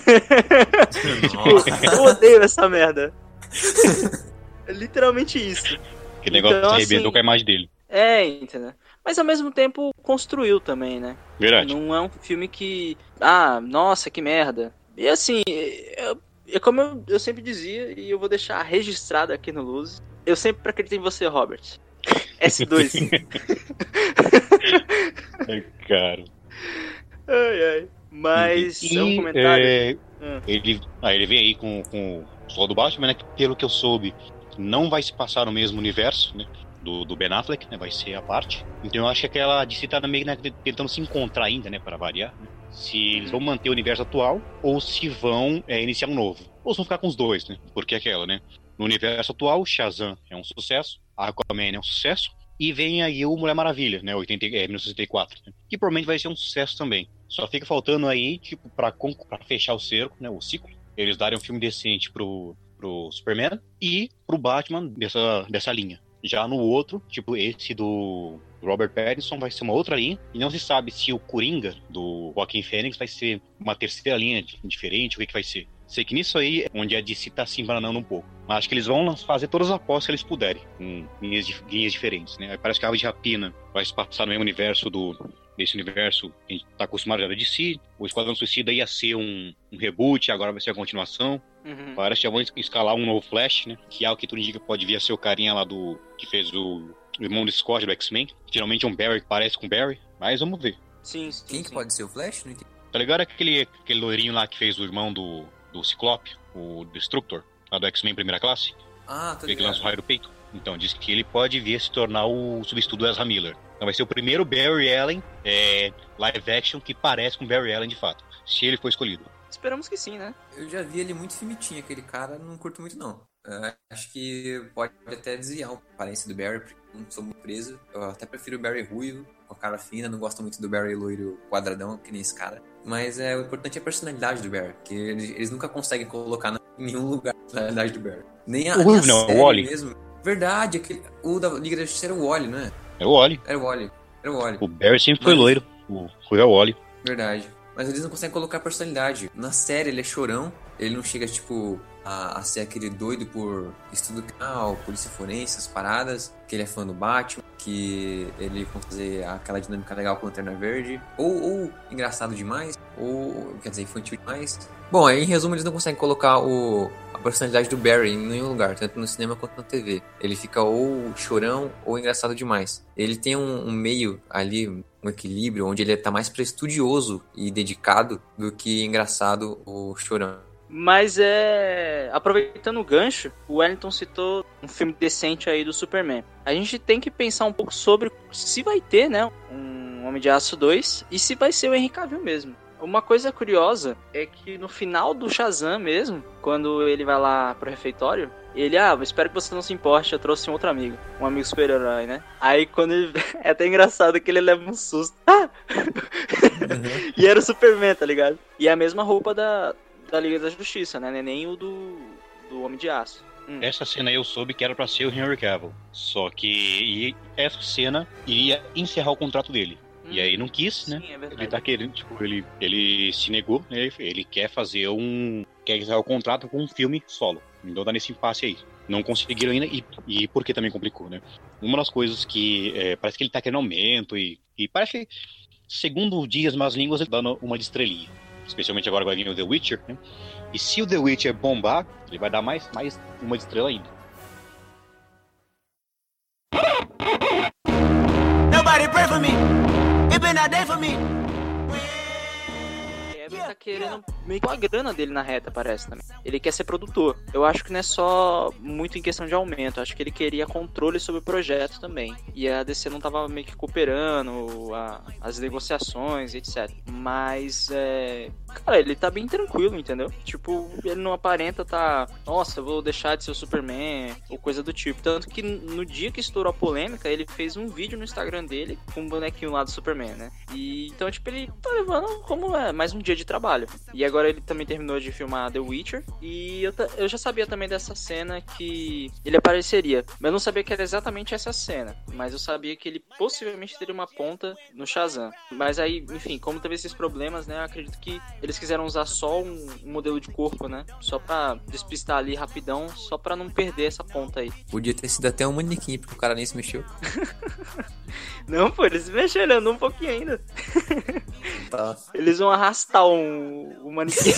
S1: Tipo, eu odeio essa merda. É literalmente isso.
S4: Aquele negócio
S1: Então,
S4: arrebentou
S1: assim,
S4: com a imagem dele.
S1: É, entendeu? Mas ao mesmo tempo construiu também, né?
S4: Verdade.
S1: Não é um filme que... Ah, nossa, que merda. E assim, eu, é como eu, eu sempre dizia, e eu vou deixar registrado aqui no Luz, eu sempre acreditei em você, Robert. S dois.
S4: Ai, cara.
S1: Ai, ai. Mas
S4: E,
S1: é um comentário.
S4: é,
S1: Hum.
S4: ele, ah, ele vem aí com, com o Sol do Batman, né? Que, pelo que eu soube, não vai se passar no mesmo universo, né? Do, do Ben Affleck, né? Vai ser a parte. Então eu acho que aquela D C tá meio, né, tentando se encontrar ainda, né? Para variar. Né? Se eles vão manter o universo atual ou se vão é, iniciar um novo. Ou se vão ficar com os dois, né? Porque é aquela, né? No universo atual, Shazam é um sucesso, Aquaman é um sucesso, e vem aí o Mulher Maravilha, né? oitenta, é, mil novecentos e sessenta e quatro, né? Que provavelmente vai ser um sucesso também. Só fica faltando aí, tipo, pra, pra fechar o cerco, né? O ciclo. Eles darem um filme decente pro, pro Superman e pro Batman dessa, dessa linha. Já no outro, tipo esse do Robert Pattinson, vai ser uma outra linha. E não se sabe se o Coringa do Joaquin Phoenix vai ser uma terceira linha diferente, o que, que vai ser. Sei que nisso aí é onde a D C tá se embananando um pouco. Mas acho que eles vão fazer todas as apostas que eles puderem, com linhas, linhas diferentes, né? Parece que a Ave de Rapina vai se passar no mesmo universo do... Desse universo que a gente tá acostumado já da D C. O Esquadrão Suicida ia ser um, um reboot, agora vai ser a continuação.
S1: Uhum.
S4: Parece que já vão escalar um novo Flash, né? Que é o que tudo indica que pode vir a ser o carinha lá do... Que fez o, o irmão do Scott do X-Men. Geralmente é um Barry que parece com o Barry. Mas vamos ver.
S1: Sim, sim.
S3: Quem que
S1: sim.
S3: pode ser o Flash? Não entendi.
S4: Tá ligado aquele, aquele loirinho lá que fez o irmão do, do Ciclope? O Destructor? Lá do X-Men Primeira Classe?
S3: Ah, tô
S4: Aquele que lança o
S3: ligado.
S4: raio do peito. Então, diz que ele pode vir a se tornar o substituto do Ezra Miller. Então vai ser o primeiro Barry Allen é, live action que parece com Barry Allen de fato. Se ele for escolhido.
S1: Esperamos que sim, né?
S3: Eu já vi ele muito filmitinho, aquele cara, não curto muito não. É, acho que pode até desviar a aparência do Barry, porque eu não sou muito preso. Eu até prefiro o Barry ruivo, com a cara fina, não gosto muito do Barry loiro quadradão, que nem esse cara. Mas é, o importante é a personalidade do Barry, que eles, eles nunca conseguem colocar em nenhum lugar a personalidade do Barry. Nem a,
S4: O
S3: nem a
S4: ruivo não,
S3: série
S4: o Wally.
S3: mesmo. Verdade, aquele, o da Liga da Justiça era o Wally, não é?
S4: É o Wally.
S3: Era o Wally, era o Wally.
S4: O Barry sempre foi
S3: Mas-
S4: loiro. O Rui é o Wally.
S3: Verdade. Mas eles não conseguem colocar personalidade. Na série ele é chorão, ele não chega, tipo, a, a ser aquele doido por estudo criminal, polícia forense, essas paradas, que ele é fã do Batman, que ele consegue fazer aquela dinâmica legal com a Lanterna Verde, ou, ou engraçado demais, ou, quer dizer, infantil demais. Bom, aí em resumo eles não conseguem colocar o, a personalidade do Barry em nenhum lugar, tanto no cinema quanto na T V. Ele fica ou chorão ou engraçado demais. Ele tem um, um meio ali, um equilíbrio, onde ele tá mais pra estudioso e dedicado do que engraçado o chorão.
S1: Mas é... Aproveitando o gancho, o Wellington citou um filme decente aí do Superman. A gente tem que pensar um pouco sobre se vai ter, né, um Homem de Aço dois e se vai ser o Henry Cavill mesmo. O Uma coisa curiosa é que no final do Shazam mesmo, quando ele vai lá pro refeitório, ele, ah, espero que você não se importe, eu trouxe um outro amigo, um amigo super-herói, né? Aí quando ele... É até engraçado que ele leva um susto. Ah! Uhum. E era o Superman, tá ligado? E é a mesma roupa da, da Liga da Justiça, né? Nem o do, do Homem de Aço. Hum.
S4: Essa cena aí eu soube que era pra ser o Henry Cavill. Só que essa cena iria encerrar o contrato dele. Hum. E aí não quis, né?
S1: Sim, é verdade.
S4: Ele tá querendo, tipo, ele, ele se negou, né? Ele quer fazer um... Quer encerrar o contrato com um filme solo. Então tá nesse impasse aí. Não conseguiram ainda e, e porque também complicou, né? Uma das coisas que... É, parece que ele tá querendo aumento e, e parece que, segundo Dias Más Línguas, ele tá dando uma de estrelinha. Especialmente agora vai vir o The Witcher, né? E se o The Witcher bombar, ele vai dar mais, mais uma de estrela ainda.
S6: Nobody pray for me. It been a day for me.
S1: Ele tá querendo meio que a grana dele na reta, parece também. Ele quer ser produtor. Eu acho que não é só muito em questão de aumento. Eu acho que ele queria controle sobre o projeto também. E a D C não tava meio que cooperando, a, as negociações, etcétera. Mas, é... cara, ele tá bem tranquilo, entendeu? Tipo, ele não aparenta tá... Nossa, eu vou deixar de ser o Superman, ou coisa do tipo. Tanto que no dia que estourou a polêmica, ele fez um vídeo no Instagram dele com um bonequinho lá do Superman, né? E então, tipo, ele tá levando como é, mais um dia de trabalho. E agora ele também terminou de filmar The Witcher. E eu, t- eu já sabia também dessa cena que ele apareceria. Mas eu não sabia que era exatamente essa cena. Mas eu sabia que ele possivelmente teria uma ponta no Shazam. Mas aí, enfim, como teve esses problemas, né? Eu acredito que eles quiseram usar só um, um modelo de corpo, né? Só pra despistar ali rapidão, só pra não perder essa ponta aí.
S3: Podia ter sido até um manequim, porque o cara nem se mexeu.
S1: Não, pô, eles se mexeram, ele andou um pouquinho ainda.
S3: Tá.
S1: Eles vão arrastar um, um manequim.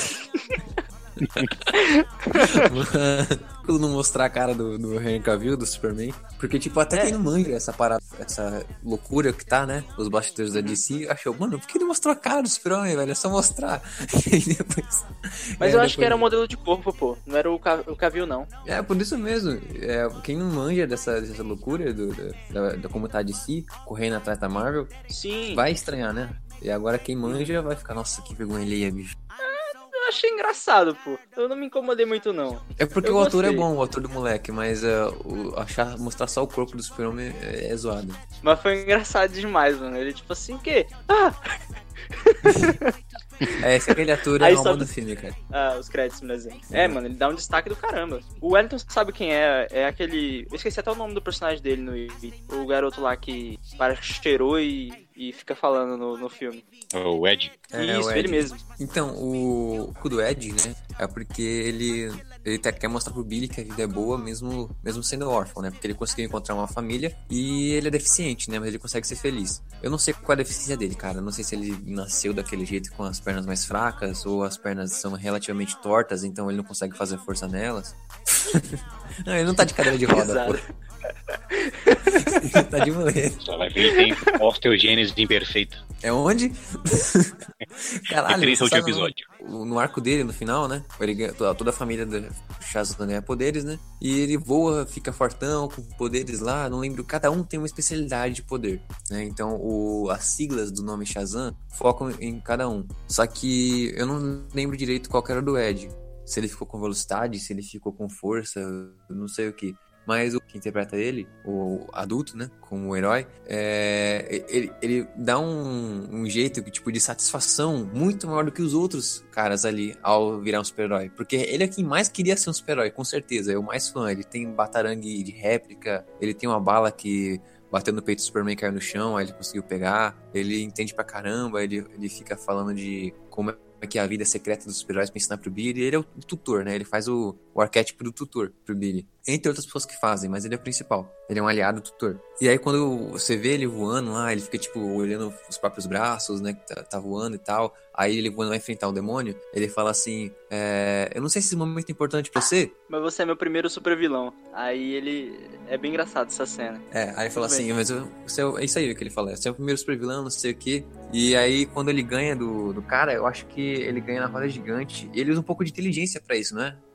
S3: Mano, não mostrar a cara do, do Henry Cavill, do Superman. Porque, tipo, até
S1: É.
S3: quem não manja essa parada, essa loucura que tá, né? Os bastidores da D C, achou, mano, por que não mostrou a cara do Superman, velho? É só mostrar. E aí depois...
S1: Mas
S3: é,
S1: eu acho que
S3: depois...
S1: era o modelo de corpo, pô. Não era o, Ca- o Cavill, não.
S3: É, por isso mesmo. É, quem não manja dessa, dessa loucura do, da, da como tá a D C, correndo atrás da Marvel,
S1: Sim.
S3: vai estranhar, né? E agora quem manja vai ficar, nossa, que vergonha alheia, bicho.
S1: Eu achei engraçado, pô. Eu não me incomodei muito, não.
S3: É porque
S1: Eu
S3: o ator é
S1: gostei.
S3: bom, o ator do moleque, mas uh, o, achar, mostrar só o corpo do Superman é, é zoado.
S1: Mas foi engraçado demais, mano. Ele tipo assim, o quê? Ah!
S3: É, esse aquele ator é
S1: Aí
S3: a alma
S1: sobe-
S3: do filme, cara.
S1: Ah, os créditos, por exemplo. É, mano, ele dá um destaque do caramba. O Wellington sabe quem é. É aquele... Eu esqueci até o nome do personagem dele no vídeo. O garoto lá que parece que cheirou e, e fica falando no, no filme.
S4: O Ed.
S3: É,
S1: Isso,
S3: o Ed.
S1: ele mesmo.
S3: Então, o o do Ed, né, é porque ele, ele tá- quer mostrar pro Billy que a vida é boa mesmo, mesmo sendo órfão, né, porque ele conseguiu encontrar uma família e ele é deficiente, né, mas ele consegue ser feliz. Eu não sei qual é a deficiência dele, cara, eu não sei se ele nasceu daquele jeito com as pernas mais fracas ou as pernas são relativamente tortas, então ele não consegue fazer força nelas. Não, ele não tá de cadeira de roda, pô. Tá de muleta.
S4: Só vai ver, ele tem osteogênese imperfeita.
S3: É onde? Caralho,
S4: Esse é o
S3: você
S4: último
S3: sabe,
S4: episódio.
S3: no, no arco dele, no final, né? Ele ganha, toda, toda a família do Shazam ganha poderes, né? E ele voa, fica fortão, com poderes lá. Não lembro, cada um tem uma especialidade de poder, né? Então, o, as siglas do nome Shazam focam em cada um. Só que eu não lembro direito qual que era o do Ed. Se ele ficou com velocidade, se ele ficou com força, eu não sei o que. Mas o que interpreta ele, o adulto, né, como o herói, é, ele, ele dá um, um jeito tipo, de satisfação muito maior do que os outros caras ali ao virar um super-herói. Porque ele é quem mais queria ser um super-herói, com certeza. É o mais fã. Ele tem batarangue de réplica, ele tem uma bala que bateu no peito do Superman e caiu no chão, aí ele conseguiu pegar. Ele entende pra caramba, ele, ele fica falando de como é que é a vida secreta dos super-heróis pra ensinar pro Billy. Ele é o tutor, né? Ele faz o, o arquétipo do tutor pro Billy. Entre outras pessoas que fazem, mas ele é o principal. Ele é um aliado tutor. E aí quando você vê ele voando lá, ele fica tipo olhando os próprios braços, né? Que tá, tá voando e tal. Aí ele voando vai enfrentar o demônio. Ele fala assim, é, eu não sei se esse momento é importante pra você.
S1: Mas você é meu primeiro super vilão. Aí ele... É bem engraçado essa cena.
S3: É, aí ele fala
S1: Tudo
S3: assim,
S1: bem.
S3: mas eu, você é, é isso aí que ele fala. Você é o primeiro super vilão, não sei o quê. E aí quando ele ganha do, do cara, eu acho que ele ganha na roda gigante. E ele usa um pouco de inteligência pra isso, não é?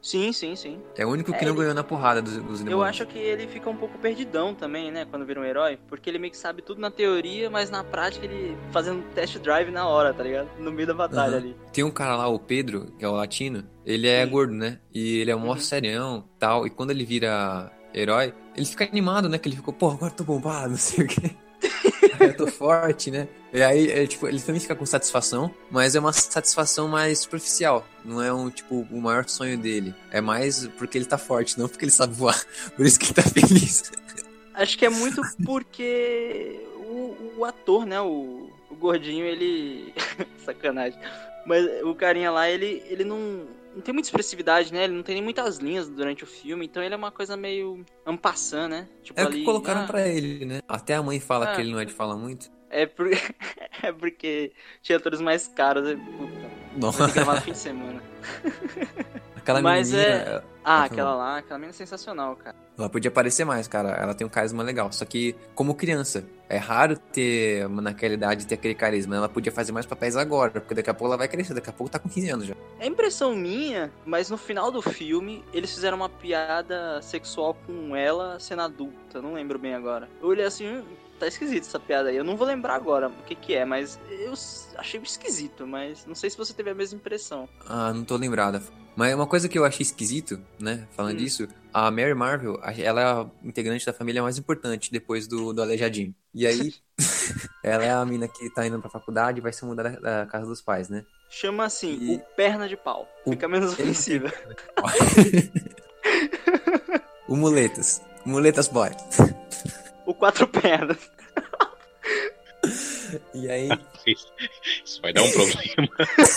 S1: Sim, sim, sim.
S3: É o único que
S1: É,
S3: não
S1: ele-
S3: ganhou na porrada dos, dos demônios.
S1: Eu acho que ele fica um pouco perdidão também, né, quando vira um herói, porque ele meio que sabe tudo na teoria, mas na prática ele fazendo test drive na hora, tá ligado? No meio da batalha
S3: Aham.
S1: ali.
S3: Tem um cara lá, o Pedro, que é o latino, ele é
S1: Sim.
S3: gordo, né? E ele é um mó
S1: Uhum.
S3: serião tal. E quando ele vira herói, ele fica animado, né? Que ele ficou, pô, agora eu tô bombado, não sei o quê. Eu tô forte, né? E aí, é, tipo, ele também fica com satisfação, mas é uma satisfação mais superficial. Não é um, tipo, o maior sonho dele. É mais porque ele tá forte, não porque ele sabe voar. Por isso que ele tá feliz.
S1: Acho que é muito porque o, o ator, né, o, o gordinho, ele... Sacanagem. Mas o carinha lá, ele, ele não, não tem muita expressividade, né? Ele não tem nem muitas linhas durante o filme, então ele é uma coisa meio en passant, né? Tipo,
S3: É o
S1: ali,
S3: que colocaram
S1: ah,
S3: pra ele, né? Até a mãe fala
S1: Ah.
S3: que ele não é de falar muito.
S1: É, por... é porque tinha atores mais caros. é- Puta,
S3: Não.
S1: vai ter que gravar no fim de semana.
S3: Aquela
S1: Mas
S3: menininha,
S1: é- Ah,
S3: foi
S1: aquela
S3: mal.
S1: lá, aquela menina é sensacional, cara.
S3: ela podia aparecer mais, cara. Ela tem um carisma legal. Só que, como criança, é raro ter, naquela idade, ter aquele carisma. Ela podia fazer mais papéis agora, porque daqui a pouco ela vai crescer. Daqui a pouco tá com quinze anos já.
S1: É impressão minha, mas no final do filme, eles fizeram uma piada sexual com ela sendo adulta. Não lembro bem agora. Eu olhei assim, hum, tá esquisito essa piada aí. Eu não vou lembrar agora o que que é, mas eu s- achei esquisito. Mas não sei se você teve a mesma impressão.
S3: Ah, não tô lembrada. Mas uma coisa que eu achei esquisito, né? Falando
S1: Hum.
S3: disso, a Mary Marvel, a- ela é a integrante da família mais importante depois do, do Aleijadinho. E aí, ela é a mina que tá indo pra faculdade e vai se mudar da, da casa dos pais, né?
S1: Chama assim,
S3: E-
S1: o perna de pau.
S3: O-
S1: Fica menos
S3: ele-
S1: ofensiva.
S3: O Muletas. Muletas Boy.
S1: O quatro pernas.
S3: E aí,
S4: Isso, isso vai dar um problema.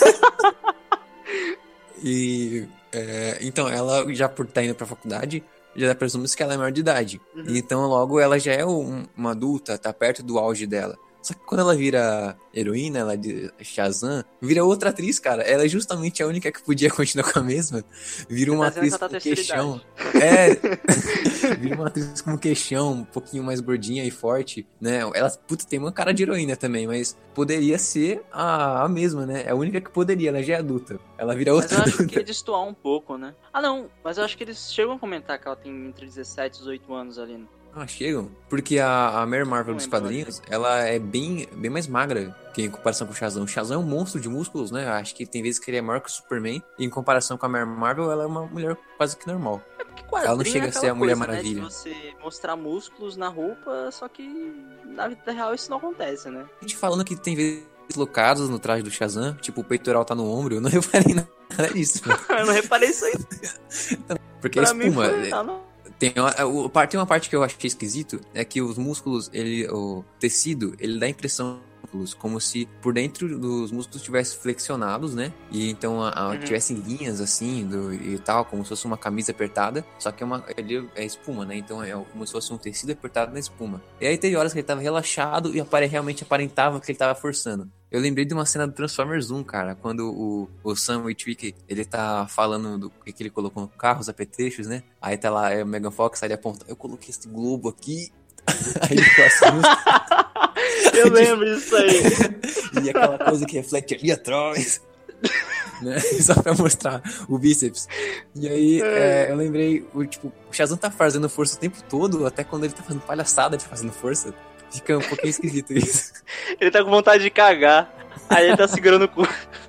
S3: e... é, então, ela já por estar indo pra faculdade, já presume-se que ela é maior de idade.
S1: Uhum.
S3: Então, logo, ela já é um- uma adulta, tá perto do auge dela. Só que quando ela vira heroína, ela de Shazam, vira outra atriz, cara. Ela é justamente a única que podia continuar com a mesma. Vira uma
S1: Tá dizendo
S3: atriz
S1: que ela tá
S3: com
S1: terceira
S3: queixão.
S1: idade.
S3: É. Vira uma atriz com queixão, um pouquinho mais gordinha e forte, né? Ela, puta, tem uma cara de heroína também, mas poderia ser a, a mesma, né? É a única que poderia, ela já é adulta. Ela vira
S1: Mas
S3: outra
S1: eu acho
S3: adulta.
S1: que ia destoar um pouco, né? Ah, não. Mas eu acho que eles chegam a comentar que ela tem entre dezessete e dezoito anos ali. Né?
S3: Ah, chegam. Porque a, a Mary Marvel
S1: Não
S3: dos
S1: lembro,
S3: quadrinhos, ela é bem, bem mais magra que em comparação com o Shazam. O Shazam é um monstro de músculos, né? Acho que tem vezes que ele é maior que o Superman. E em comparação com a Mary Marvel, ela é uma mulher quase que normal.
S1: É porque quadrinho
S3: Ela não chega
S1: é
S3: a ser
S1: aquela
S3: a Mulher
S1: coisa,
S3: Maravilha.
S1: Né, de você mostrar músculos na roupa, só que na vida real isso não acontece, né?
S3: A gente falando que tem vezes locados no traje do Shazam, tipo, o peitoral tá no ombro, eu não reparei nada disso. mano.
S1: Eu não reparei isso aí.
S3: Porque é
S1: Pra mim
S3: espuma.
S1: foi... Tá, não.
S3: Tem uma, o- parte- tem uma parte que eu achei esquisito, é que os músculos, ele, o tecido, ele dá a impressão como se por dentro dos músculos tivessem flexionados, né? E então a, a,
S1: Uhum.
S3: tivessem linhas assim do, e tal, como se fosse uma camisa apertada, só que é, uma, ele é espuma, né? Então é como se fosse um tecido apertado na espuma. E aí teve horas que ele tava relaxado e apare, realmente aparentava que ele tava forçando. Eu lembrei de uma cena do Transformers um, cara, quando o, o Sam Witwick, ele tá falando do que, que ele colocou no carro, os apetrechos, né? Aí tá lá, é, o Megan Fox, aí ele aponta, eu coloquei esse globo aqui, aí ele assim,
S1: Eu lembro disso aí.
S3: e aquela coisa que reflete ali atrás, né? Só pra mostrar o bíceps. E aí, é, eu lembrei, o, tipo, o Shazam tá fazendo força o tempo todo, até quando ele tá fazendo palhaçada de fazendo força. Fica um pouquinho esquisito isso.
S1: Ele tá com vontade de cagar. Aí ele tá segurando o cu.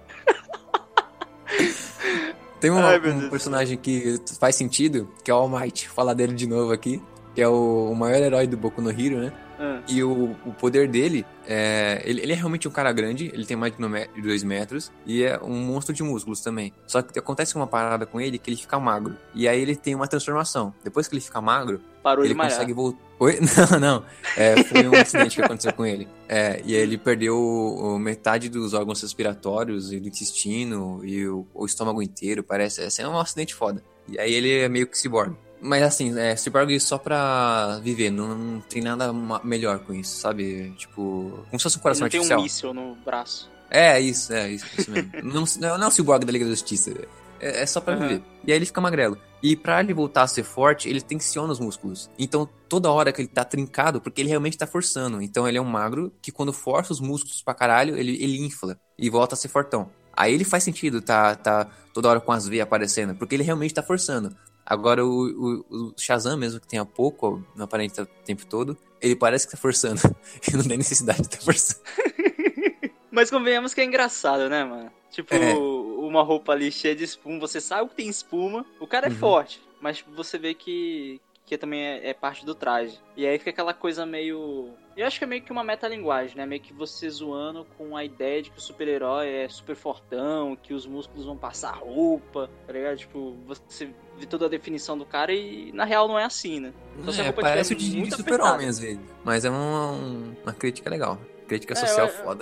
S3: Tem uma-
S1: Ai, meu
S3: um
S1: Deus.
S3: personagem que faz sentido, que é o All Might. Vou falar dele de novo aqui. Que é o, o maior herói do Boku no Hero, né?
S1: Ah,
S3: E o, o poder dele, é, ele, ele é realmente um cara grande, ele tem mais de dois metros, e é um monstro de músculos também. Só que acontece uma parada com ele que ele fica magro. E aí ele tem uma transformação. Depois que ele fica magro,
S1: parou
S3: ele
S1: de malhar.
S3: consegue voltar. Oi? Não, não. É, foi um acidente que aconteceu com ele. É, e aí ele perdeu o- o metade dos órgãos respiratórios e do intestino e o, o estômago inteiro, parece. Esse é um acidente foda. E aí ele é meio que ciborgue. Mas assim, é ciborgue só pra viver, não, não tem nada ma- melhor com isso, sabe? Tipo, como se fosse um
S1: Ele
S3: coração
S1: não tem
S3: artificial.
S1: um míssil no braço.
S3: É, isso, é isso, isso mesmo. não, não, não é o ciborgue da Liga da Justiça. É, é só pra
S1: Aham.
S3: viver. E aí ele fica magrelo. E pra ele voltar a ser forte, ele tensiona os músculos. Então, toda hora que ele tá trincado, porque ele realmente tá forçando. Então, ele é um magro que quando força os músculos pra caralho, ele, ele infla e volta a ser fortão. Aí ele faz sentido, tá, tá toda hora com as veias aparecendo, porque ele realmente tá forçando. Agora o, o, o Shazam, mesmo que tenha pouco, não aparenta o tempo todo, ele parece que tá forçando. E não tem necessidade de tá forçando.
S1: Mas convenhamos que é engraçado, né, mano? Tipo,
S3: É.
S1: uma roupa ali cheia de espuma, você sabe que tem espuma, o cara é
S3: Uhum.
S1: forte, mas você vê que, que também é, é parte do traje. E aí fica aquela coisa meio... Eu acho que é meio que uma metalinguagem, né? Meio que você zoando com a ideia de que o super-herói é super fortão, que os músculos vão passar roupa, tá ligado? Tipo, você vê toda a definição do cara e na real não é assim, né? Então, se a
S3: É,
S1: roupa
S3: parece o
S1: tiver
S3: de, de
S1: muito
S3: super-homem
S1: apertada-
S3: às vezes. Mas é uma, um- uma crítica legal. Crítica
S1: É,
S3: social
S1: eu-
S3: foda.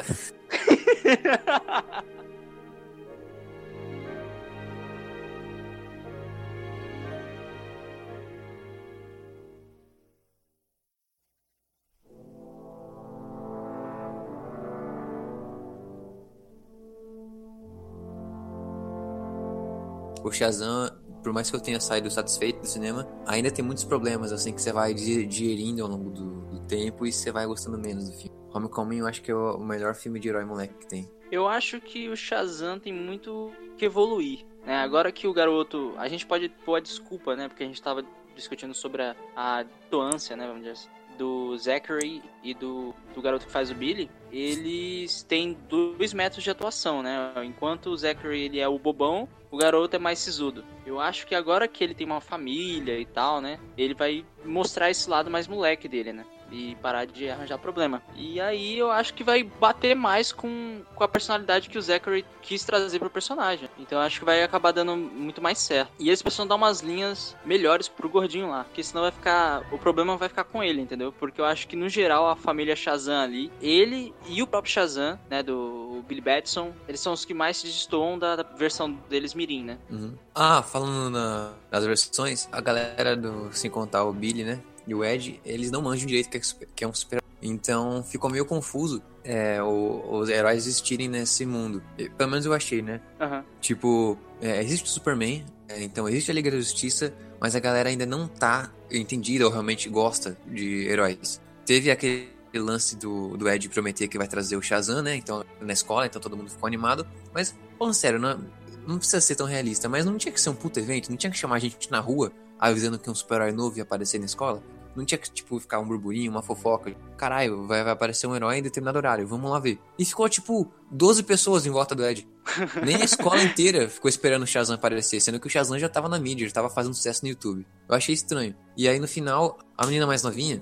S3: O Shazam, por mais que eu tenha saído satisfeito do cinema, ainda tem muitos problemas, assim, que você vai di- digerindo ao longo do, do tempo e você vai gostando menos do filme. Homecoming eu acho que é o o melhor filme de herói moleque que tem.
S1: Eu acho que o Shazam tem muito que evoluir, né? Agora que o garoto... A gente pode pôr a desculpa, né? Porque a gente tava discutindo sobre a, a atuância, né? Vamos dizer assim, do Zachary e do, do garoto que faz o Billy. Eles têm dois métodos de atuação, né? Enquanto o Zachary ele é o bobão, o garoto é mais sisudo. Eu acho que agora que ele tem uma família e tal, né? Ele vai mostrar esse lado mais moleque dele, né? E parar de arranjar problema. E aí eu acho que vai bater mais com, com a personalidade que o Zachary quis trazer pro personagem. Então eu acho que vai acabar dando muito mais certo. E eles precisam dar umas linhas melhores pro gordinho lá. Porque senão vai ficar... O problema vai ficar com ele, entendeu? Porque eu acho que no geral a família Shazam ali, ele e o próprio Shazam, né? Do Billy Batson, eles são os que mais se destoam da, da versão deles mirim, né?
S3: Uhum. Ah, falando na- nas versões, a galera do Sem Contar o Billy, né? E o Ed, eles não manjam direito que é, super- que é um super. Então ficou meio confuso é, o- os heróis existirem nesse mundo. E, pelo menos eu achei, né?
S1: Aham.
S3: Tipo, é, existe o Superman, é, então existe a Liga da Justiça, mas a galera ainda não tá entendida ou realmente gosta de heróis. Teve aquele lance do, do Ed prometer que vai trazer o Shazam, né? Então, na escola, então todo mundo ficou animado. Mas, falando sério, não, não precisa ser tão realista, mas não tinha que ser um puto evento, não tinha que chamar a gente na rua avisando que um super-herói novo ia aparecer na escola. Não tinha que, tipo, ficar um burburinho, uma fofoca. Caralho, vai, vai aparecer um herói em determinado horário, vamos lá ver. E ficou, tipo, doze pessoas em volta do Ed. Nem a escola inteira ficou esperando o Shazam aparecer, sendo que o Shazam já tava na mídia, já tava fazendo sucesso no YouTube. Eu achei estranho. E aí, no final, a menina mais novinha,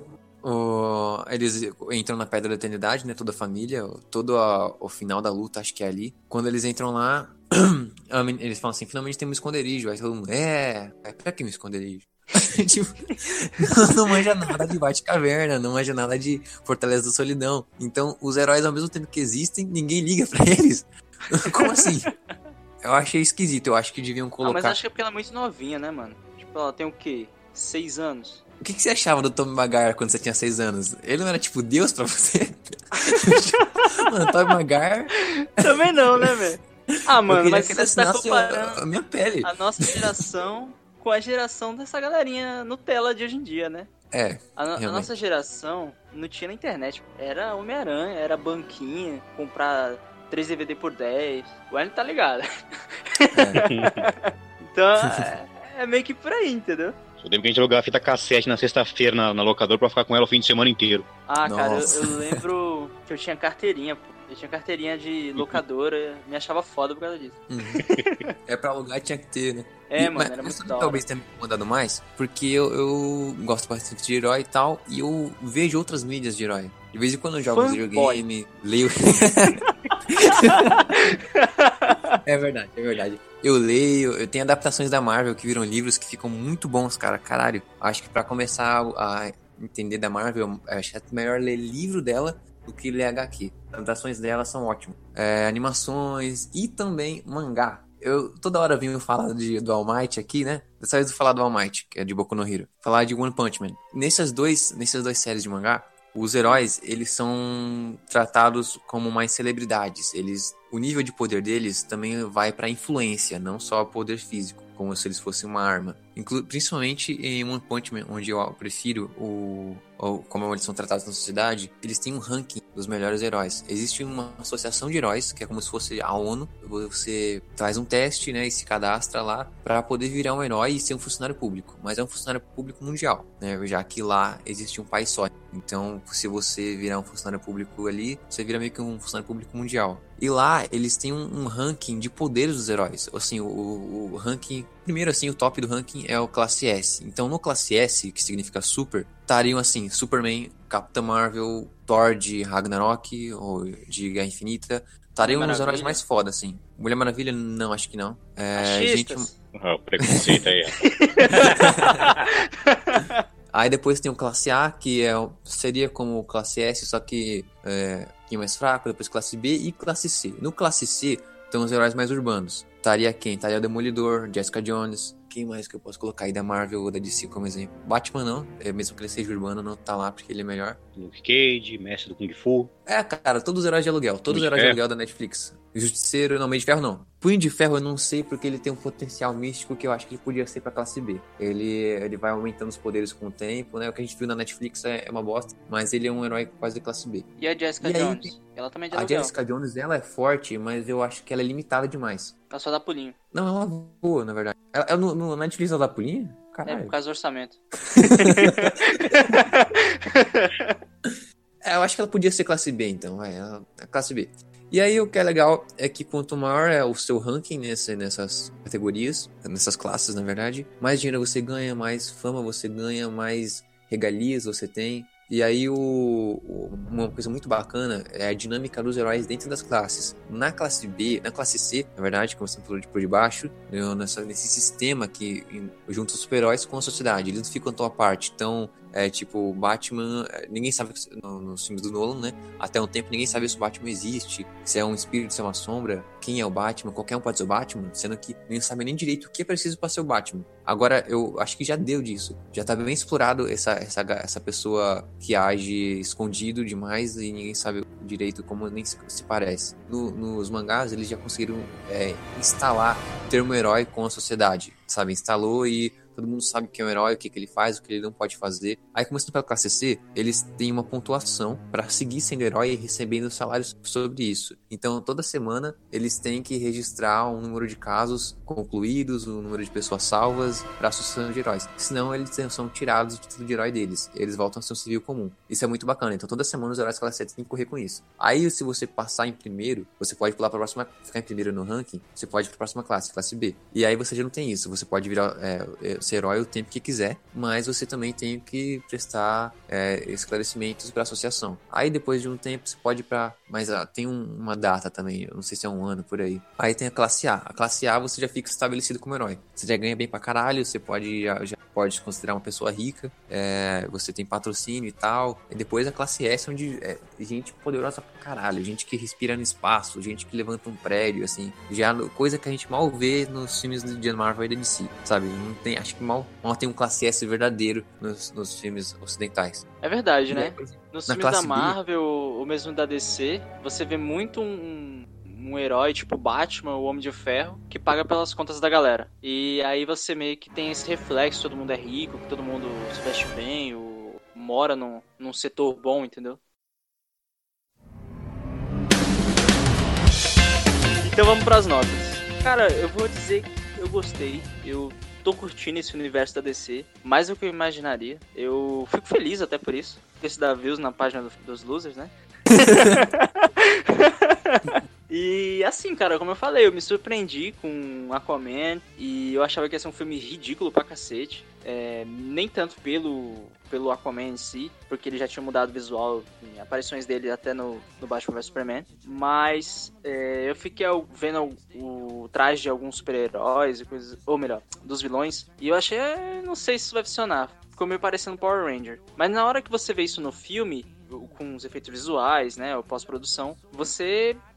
S3: o... eles entram na Pedra da Eternidade, né, toda a família, todo a... o final da luta, acho que é ali. Quando eles entram lá, a men- eles falam assim, finalmente tem um esconderijo. Aí todo mundo, é, é pra que um esconderijo? Tipo, não, não manja nada de Batcaverna, não manja nada de Fortaleza da Solidão. Então, os heróis, ao mesmo tempo que existem, ninguém liga pra eles. Como assim? Eu achei esquisito, eu acho que deviam
S1: Ah,
S3: colocar...
S1: mas acho que é porque ela é muito novinha, né, mano? Tipo, ela tem o quê? Seis anos?
S3: O que, que você achava do Tobey Maguire quando você tinha seis anos? Ele não era tipo Deus pra você? Mano, Tobey Maguire...
S1: Também não, né, velho? Ah,
S3: eu
S1: mano,
S3: queria
S1: mas
S3: que
S1: você
S3: ele
S1: tá
S3: assinasse a,
S1: comparando
S3: a minha pele.
S1: a nossa geração com a geração dessa galerinha Nutella de hoje em dia, né?
S3: É,
S1: A, no- a
S3: realmente.
S1: nossa geração não tinha na internet. Era Homem-Aranha, era banquinha, comprar três D V D por dez. O Ellen tá ligado.
S3: É.
S1: Então, é, é meio que por aí, entendeu?
S4: Eu lembro que a gente jogava fita cassete na sexta-feira na, na locadora pra ficar com ela o fim de semana inteiro.
S1: Ah, cara, eu,
S3: Nossa.
S1: eu lembro que eu tinha carteirinha, pô. Eu tinha carteirinha de locadora, me achava foda por causa disso.
S3: Uhum. É pra alugar, tinha que ter, né?
S1: É,
S3: E-
S1: mano,
S3: mas-
S1: era
S3: mas
S1: muito
S3: sabe
S1: da
S3: que
S1: hora.
S3: talvez tenha me incomodado mais, porque eu, eu gosto bastante de herói e tal, e eu vejo outras mídias de herói. De vez em quando eu jogo
S1: Fanboy.
S3: videogame, leio... É verdade, é verdade. Eu leio, eu tenho adaptações da Marvel que viram livros que ficam muito bons, cara. Caralho, acho que pra começar a entender da Marvel, acho que é melhor ler livro dela do que ler H Q. As adaptações dela são ótimas. É, animações e também mangá. Eu toda hora venho falar de, do All Might aqui, né? Dessa vez eu vou falar do All Might, que é de Boku no Hero. Falar de One Punch Man. Nessas dois, nessas duas séries de mangá, os heróis, eles são tratados como mais celebridades. Eles, o nível de poder deles também vai pra influência, não só poder físico, como se eles fossem uma arma. Inclu- principalmente em One Punch Man, onde eu prefiro o, o como eles são tratados na sociedade, eles têm um ranking dos melhores heróis. Existe uma associação de heróis, que é como se fosse a ONU. Você faz um teste, né, e se cadastra lá para poder virar um herói e ser um funcionário público. Mas é um funcionário público mundial, né, já que lá existe um país só. Então, se você virar um funcionário público ali, você vira meio que um funcionário público mundial. E lá, eles têm um, um ranking de poderes dos heróis. Assim, o, o ranking... Primeiro, assim, o top do ranking é o classe S. Então, no classe S, que significa super, estariam, assim, Superman, Capitã Marvel, Thor de Ragnarok, ou de Guerra Infinita. Estariam os heróis mais foda, assim. Mulher Maravilha, não, acho que não. É, gente...
S4: Ah, o preconceito aí.
S3: Aí depois tem o classe A, que é, seria como classe S, só que é, que é mais fraco, depois classe B e classe C. No classe C, estão os heróis mais urbanos. Estaria quem? Estaria o Demolidor, Jessica Jones. Quem mais que eu posso colocar aí da Marvel ou da D C como exemplo? Batman não, é, mesmo que ele seja urbano, não tá lá porque ele é melhor.
S4: Luke Cage, Mestre do Kung Fu.
S3: É, cara, todos os heróis de aluguel, todos os heróis de aluguel da Netflix. Justiceiro, não, Meio de Ferro não. Punho de Ferro eu não sei porque ele tem um potencial místico que eu acho que ele podia ser pra classe B. Ele, ele vai aumentando os poderes com o tempo, né? O que a gente viu na Netflix é, é uma bosta, mas ele é um herói quase de classe B.
S1: E a Jessica
S3: E
S1: Jones?
S3: aí,
S1: ela também é de
S3: a
S1: aluguel.
S3: Jessica Jones, ela é forte, mas eu acho que ela é limitada demais.
S1: Ela só dá pulinho.
S3: Não, ela voa, na verdade. Ela, ela no, no Netflix ela dá pulinho? Caralho.
S1: É, por causa do orçamento.
S3: É, eu acho que ela podia ser classe B, então. É, ela é classe B. E aí o que é legal é que quanto maior é o seu ranking nesse, nessas categorias, nessas classes, na verdade, mais dinheiro você ganha, mais fama você ganha, mais regalias você tem. E aí o, o, uma coisa muito bacana é a dinâmica dos heróis dentro das classes. Na classe B, na classe C, na verdade, como você falou de por debaixo, nessa, nesse sistema que junta os super-heróis com a sociedade, eles não ficam tão à parte. Então, é tipo, Batman, ninguém sabe, no, nos filmes do Nolan, né? Até um tempo ninguém sabe se o Batman existe, se é um espírito, se é uma sombra, quem é o Batman, qualquer um pode ser o Batman, sendo que ninguém sabe nem direito o que é preciso para ser o Batman. Agora, eu acho que já deu disso. Já tá bem explorado essa, essa, essa pessoa que age escondido demais e ninguém sabe direito como nem se, se parece. No, nos mangás, eles já conseguiram é, instalar o termo herói com a sociedade, sabe? Instalou e todo mundo sabe quem é o herói, o que, que ele faz, o que ele não pode fazer. Aí, começando pela classe C, eles têm uma pontuação para seguir sendo herói e recebendo salários sobre isso. Então, toda semana, eles têm que registrar um número de casos concluídos, um número de pessoas salvas para a associação de heróis. Senão, eles são tirados do título de herói deles. Eles voltam a ser um civil comum. Isso é muito bacana. Então, toda semana, os heróis da classe C têm que correr com isso. Aí, se você passar em primeiro, você pode pular para a próxima, ficar em primeiro no ranking, você pode ir para a próxima classe, classe B. E aí, você já não tem isso. Você pode virar... É, ser herói o tempo que quiser, mas você também tem que prestar é, esclarecimentos para a associação. Aí depois de um tempo você pode ir para... Mas ah, tem um, uma data também, eu não sei se é um ano por aí. Aí tem a classe A. A classe A você já fica estabelecido como herói. Você já ganha bem pra caralho, você pode já, já pode se considerar uma pessoa rica, é, você tem patrocínio e tal. E depois a classe S, onde é gente poderosa pra caralho, gente que respira no espaço, gente que levanta um prédio, assim. Já coisa que a gente mal vê nos filmes de Marvel e da D C, sabe? Não tem, acho que mal, mal tem um classe S verdadeiro nos, nos filmes ocidentais.
S1: É verdade, né?
S3: Aí,
S1: nos filmes da Marvel, B, ou mesmo da D C, você vê muito um, um herói tipo Batman, o Homem de Ferro, que paga pelas contas da galera. E aí você meio que tem esse reflexo, todo mundo é rico, que todo mundo se veste bem, ou mora num, num setor bom, entendeu? Então vamos pras notas. Cara, eu vou dizer que eu gostei, eu tô curtindo esse universo da D C, mais do que eu imaginaria. Eu fico feliz até por isso, porque se dá views na página do, dos losers, né? E assim, cara, como eu falei, eu me surpreendi com Aquaman e eu achava que ia ser um filme ridículo pra cacete. É, nem tanto pelo, pelo Aquaman em si, porque ele já tinha mudado o visual, em aparições dele até no, no Batman versus Superman. Mas é, eu fiquei vendo o, o traje de alguns super-heróis e coisas, ou melhor, dos vilões, e eu achei, não sei se isso vai funcionar. Ficou meio parecendo Power Ranger. Mas na hora que você vê isso no filme, com os efeitos visuais, né, ou pós-produção, você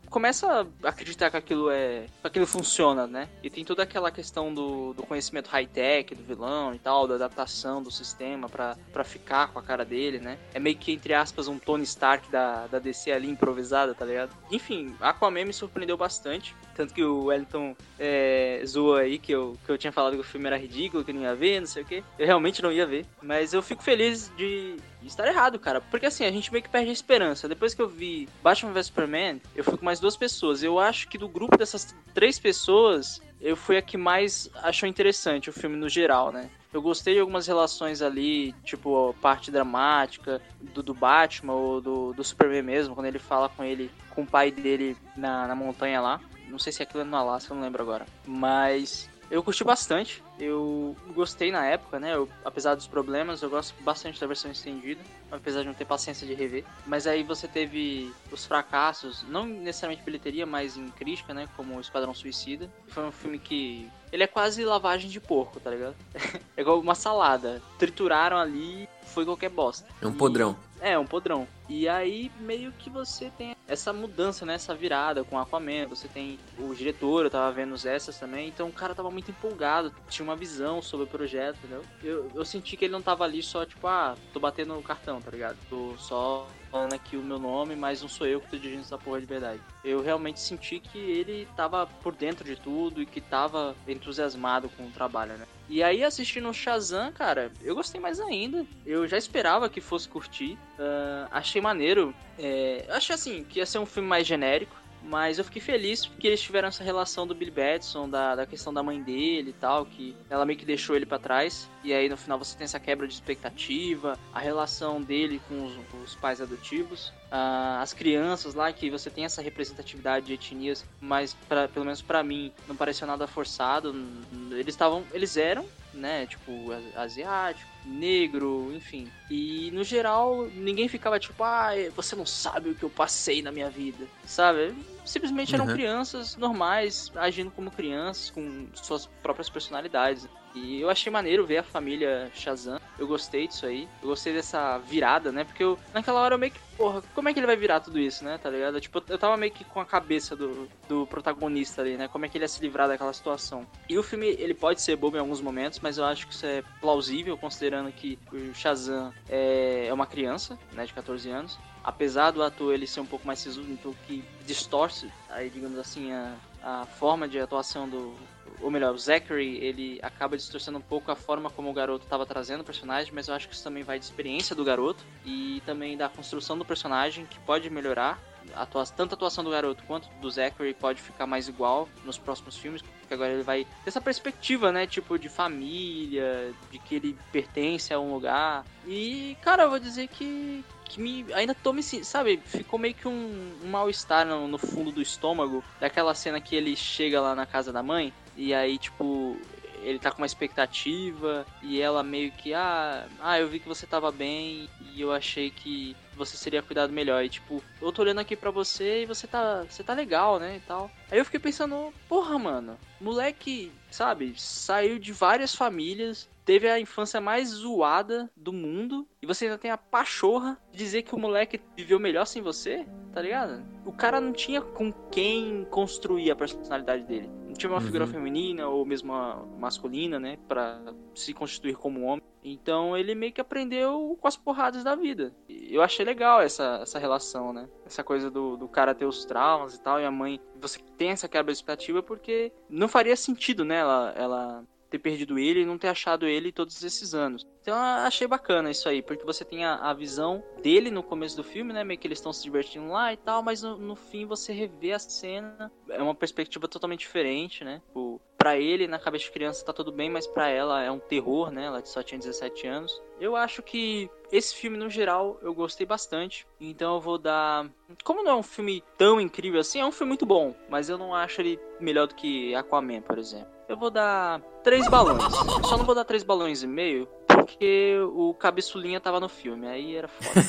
S1: começa a acreditar que aquilo é... que aquilo funciona, né? E tem toda aquela questão do, do conhecimento high-tech do vilão e tal, da adaptação do sistema pra, pra ficar com a cara dele, né? É meio que, entre aspas, um Tony Stark da, da D C ali improvisada, tá ligado? Enfim, Aquaman me surpreendeu bastante. Tanto que o Wellington é, zoou aí que eu, que eu tinha falado que o filme era ridículo, que eu não ia ver, não sei o quê. Eu realmente não ia ver. Mas eu fico feliz de, de estar errado, cara. Porque assim, a gente meio que perde a esperança. Depois que eu vi Batman versus Superman, eu fui com mais duas pessoas. Eu acho que do grupo dessas três pessoas, eu fui a que mais achou interessante o filme no geral, né? Eu gostei de algumas relações ali, tipo, a parte dramática do, do Batman ou do, do Superman mesmo, quando ele fala com ele, com o pai dele na, na montanha lá. Não sei se aquilo é no Alasca, eu não lembro agora. Mas eu curti bastante. Eu gostei na época, né? Eu, apesar dos problemas, eu gosto bastante da versão estendida. Apesar de não ter paciência de rever. Mas aí você teve os fracassos, não necessariamente bilheteria, mas em crítica, né? Como o Esquadrão Suicida. Foi um filme que... ele é quase lavagem de porco, tá ligado? É igual uma salada. Trituraram ali, foi qualquer bosta.
S3: É um podrão.
S1: E... é, um podrão. E aí, meio que você tem essa mudança, né? Essa virada com o Aquaman. Você tem o diretor, eu tava vendo os extras também. Então o cara tava muito empolgado. Tinha uma visão sobre o projeto, entendeu? Eu, eu senti que ele não tava ali só, tipo, ah, tô batendo no cartão, tá ligado? Tô só falando aqui o meu nome, mas não sou eu que tô dirigindo essa porra de verdade. Eu realmente senti que ele tava por dentro de tudo e que tava entusiasmado com o trabalho, né? E aí, assistindo o Shazam, cara, eu gostei mais ainda. Eu já esperava que fosse curtir. Uh, achei maneiro. É, achei, assim, que ia ser um filme mais genérico. Mas eu fiquei feliz porque eles tiveram essa relação do Billy Batson, da, da questão da mãe dele e tal, que ela meio que deixou ele pra trás. E aí no final você tem essa quebra de expectativa, a relação dele com os, os pais adotivos, uh, as crianças lá, que você tem essa representatividade de etnias, mas pra, pelo menos pra mim não pareceu nada forçado. Eles estavam, eles eram, né, tipo, asiático, negro, enfim. E no geral, ninguém ficava tipo, ah, você não sabe o que eu passei na minha vida, sabe? Simplesmente eram uhum. crianças normais, agindo como crianças, com suas próprias personalidades. E eu achei maneiro ver a família Shazam. Eu gostei disso aí. Eu gostei dessa virada, né? Porque eu, naquela hora eu meio que, porra, como é que ele vai virar tudo isso, né? Tá ligado? Tipo, eu tava meio que com a cabeça do, do protagonista ali, né? Como é que ele ia se livrar daquela situação. E o filme, ele pode ser bobo em alguns momentos, mas eu acho que isso é plausível, considerando que o Shazam é, é uma criança, né? De catorze anos. Apesar do ator ele ser um pouco mais sisudo, então que distorce, aí, digamos assim, a, a forma de atuação do... ou melhor, o Zachary, ele acaba distorcendo um pouco a forma como o garoto estava trazendo o personagem, mas eu acho que isso também vai de experiência do garoto e também da construção do personagem, que pode melhorar. Atua- tanto a atuação do garoto quanto do Zachary pode ficar mais igual nos próximos filmes, porque agora ele vai ter essa perspectiva, né, tipo, de família, de que ele pertence a um lugar. E, cara, eu vou dizer que... que me, ainda tô me, sabe, ficou meio que um, um mal-estar no, no fundo do estômago, daquela cena que ele chega lá na casa da mãe, e aí, tipo, ele tá com uma expectativa, e ela meio que, ah, ah, eu vi que você tava bem, e eu achei que você seria cuidado melhor, e tipo, eu tô olhando aqui pra você, e você tá, você tá legal, né, e tal. Aí eu fiquei pensando, porra, mano, moleque, sabe, saiu de várias famílias, teve a infância mais zoada do mundo, e você ainda tem a pachorra de dizer que o moleque viveu melhor sem você, tá ligado? O cara não tinha com quem construir a personalidade dele. Não tinha uma uhum. figura feminina ou mesmo uma masculina, né, pra se constituir como homem. Então ele meio que aprendeu com as porradas da vida. Eu achei legal essa, essa relação, né? Essa coisa do, do cara ter os traumas e tal, e a mãe... Você tem essa quebra de expectativa porque não faria sentido, né, ela... ela ter perdido ele e não ter achado ele todos esses anos. Então eu achei bacana isso aí, porque você tem a, a visão dele no começo do filme, né, meio que eles estão se divertindo lá e tal, mas no, no fim você revê a cena, é uma perspectiva totalmente diferente, né, tipo, pra ele, na cabeça de criança tá tudo bem, mas pra ela é um terror, né, ela só tinha dezessete anos. Eu acho que esse filme, no geral, eu gostei bastante, então eu vou dar... Como não é um filme tão incrível assim, é um filme muito bom, mas eu não acho ele melhor do que Aquaman, por exemplo. Eu vou dar três balões. Só não vou dar três balões e meio, porque o Cabeçulinha tava no filme, aí era foda.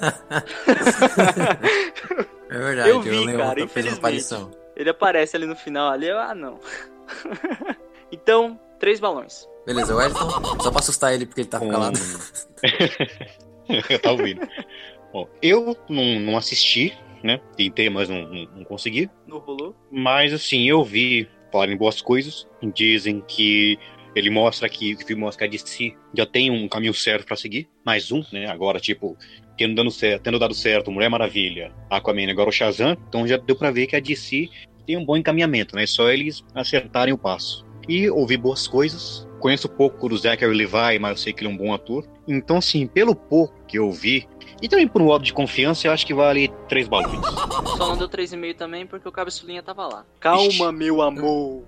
S3: É verdade,
S1: eu vi, cara, infelizmente. Ele aparece ali no final, ali, eu, ah, não. Então, três balões.
S3: Beleza, o Elton, só pra assustar ele porque ele tá
S4: um...
S3: calado.
S4: Eu tava ouvindo. Bom, eu não, não assisti né? Tentei, mas não, não, não consegui.
S1: No rolou.
S4: Mas assim, eu vi falarem boas coisas. Dizem que ele mostra que o filme mostra que a D C já tem um caminho certo pra seguir. Mais um, né? Agora, tipo, tendo, dando certo, tendo dado certo Mulher Maravilha, Aquaman, agora o Shazam. Então já deu pra ver que a D C tem um bom encaminhamento, né? É só eles acertarem o passo. E ouvi boas coisas. Conheço pouco do Zachary Levi, mas eu sei que ele é um bom ator. Então, assim, pelo pouco que eu vi, e também por um voto de confiança, eu acho que vale três balões.
S1: Só não deu três e meio também porque o Cabeçulinha tava lá. Calma,
S4: Ixi.
S1: meu amor.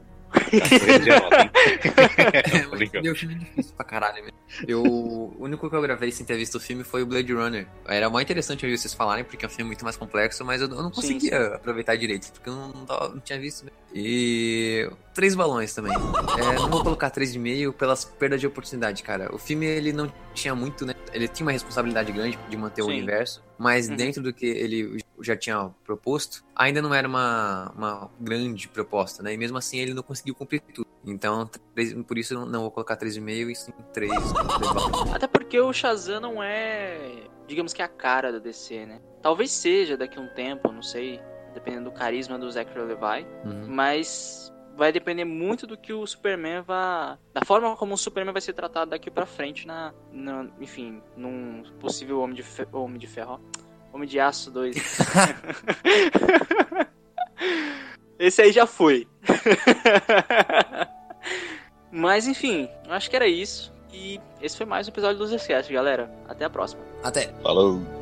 S3: É, meu filme é difícil pra caralho mesmo. Eu, o único que eu gravei sem ter visto o filme foi o Blade Runner. Era mais interessante ouvir vocês falarem, porque é um filme muito mais complexo, mas eu, eu não conseguia
S1: Sim, sim.
S3: aproveitar direito, porque eu não, não, tava- não tinha visto mesmo. E três balões também. É, não vou colocar três e meio pelas perdas de oportunidade, cara. O filme, ele não tinha muito, né? Ele tinha uma responsabilidade grande de manter o
S1: Sim.
S3: universo, mas
S1: Uhum.
S3: dentro do que ele já tinha proposto, ainda não era uma, uma grande proposta, né? E mesmo assim ele não conseguiu cumprir tudo. Então, três- por isso eu não vou colocar três e meio e sim três.
S1: Até porque o Shazam não é, digamos que a cara da D C, né? Talvez seja daqui a um tempo, não sei, dependendo do carisma do Zachary Levi,
S3: Uhum.
S1: mas vai depender muito do que o Superman vai, da forma como o Superman vai ser tratado daqui pra frente na, na enfim, num possível Homem de Ferro, Homem de Ferro, ó. Homem de Aço dois. Esse aí já foi. Mas enfim, eu acho que era isso. E esse foi mais um episódio do Zcast, galera. Até a próxima.
S3: Até.
S4: Falou!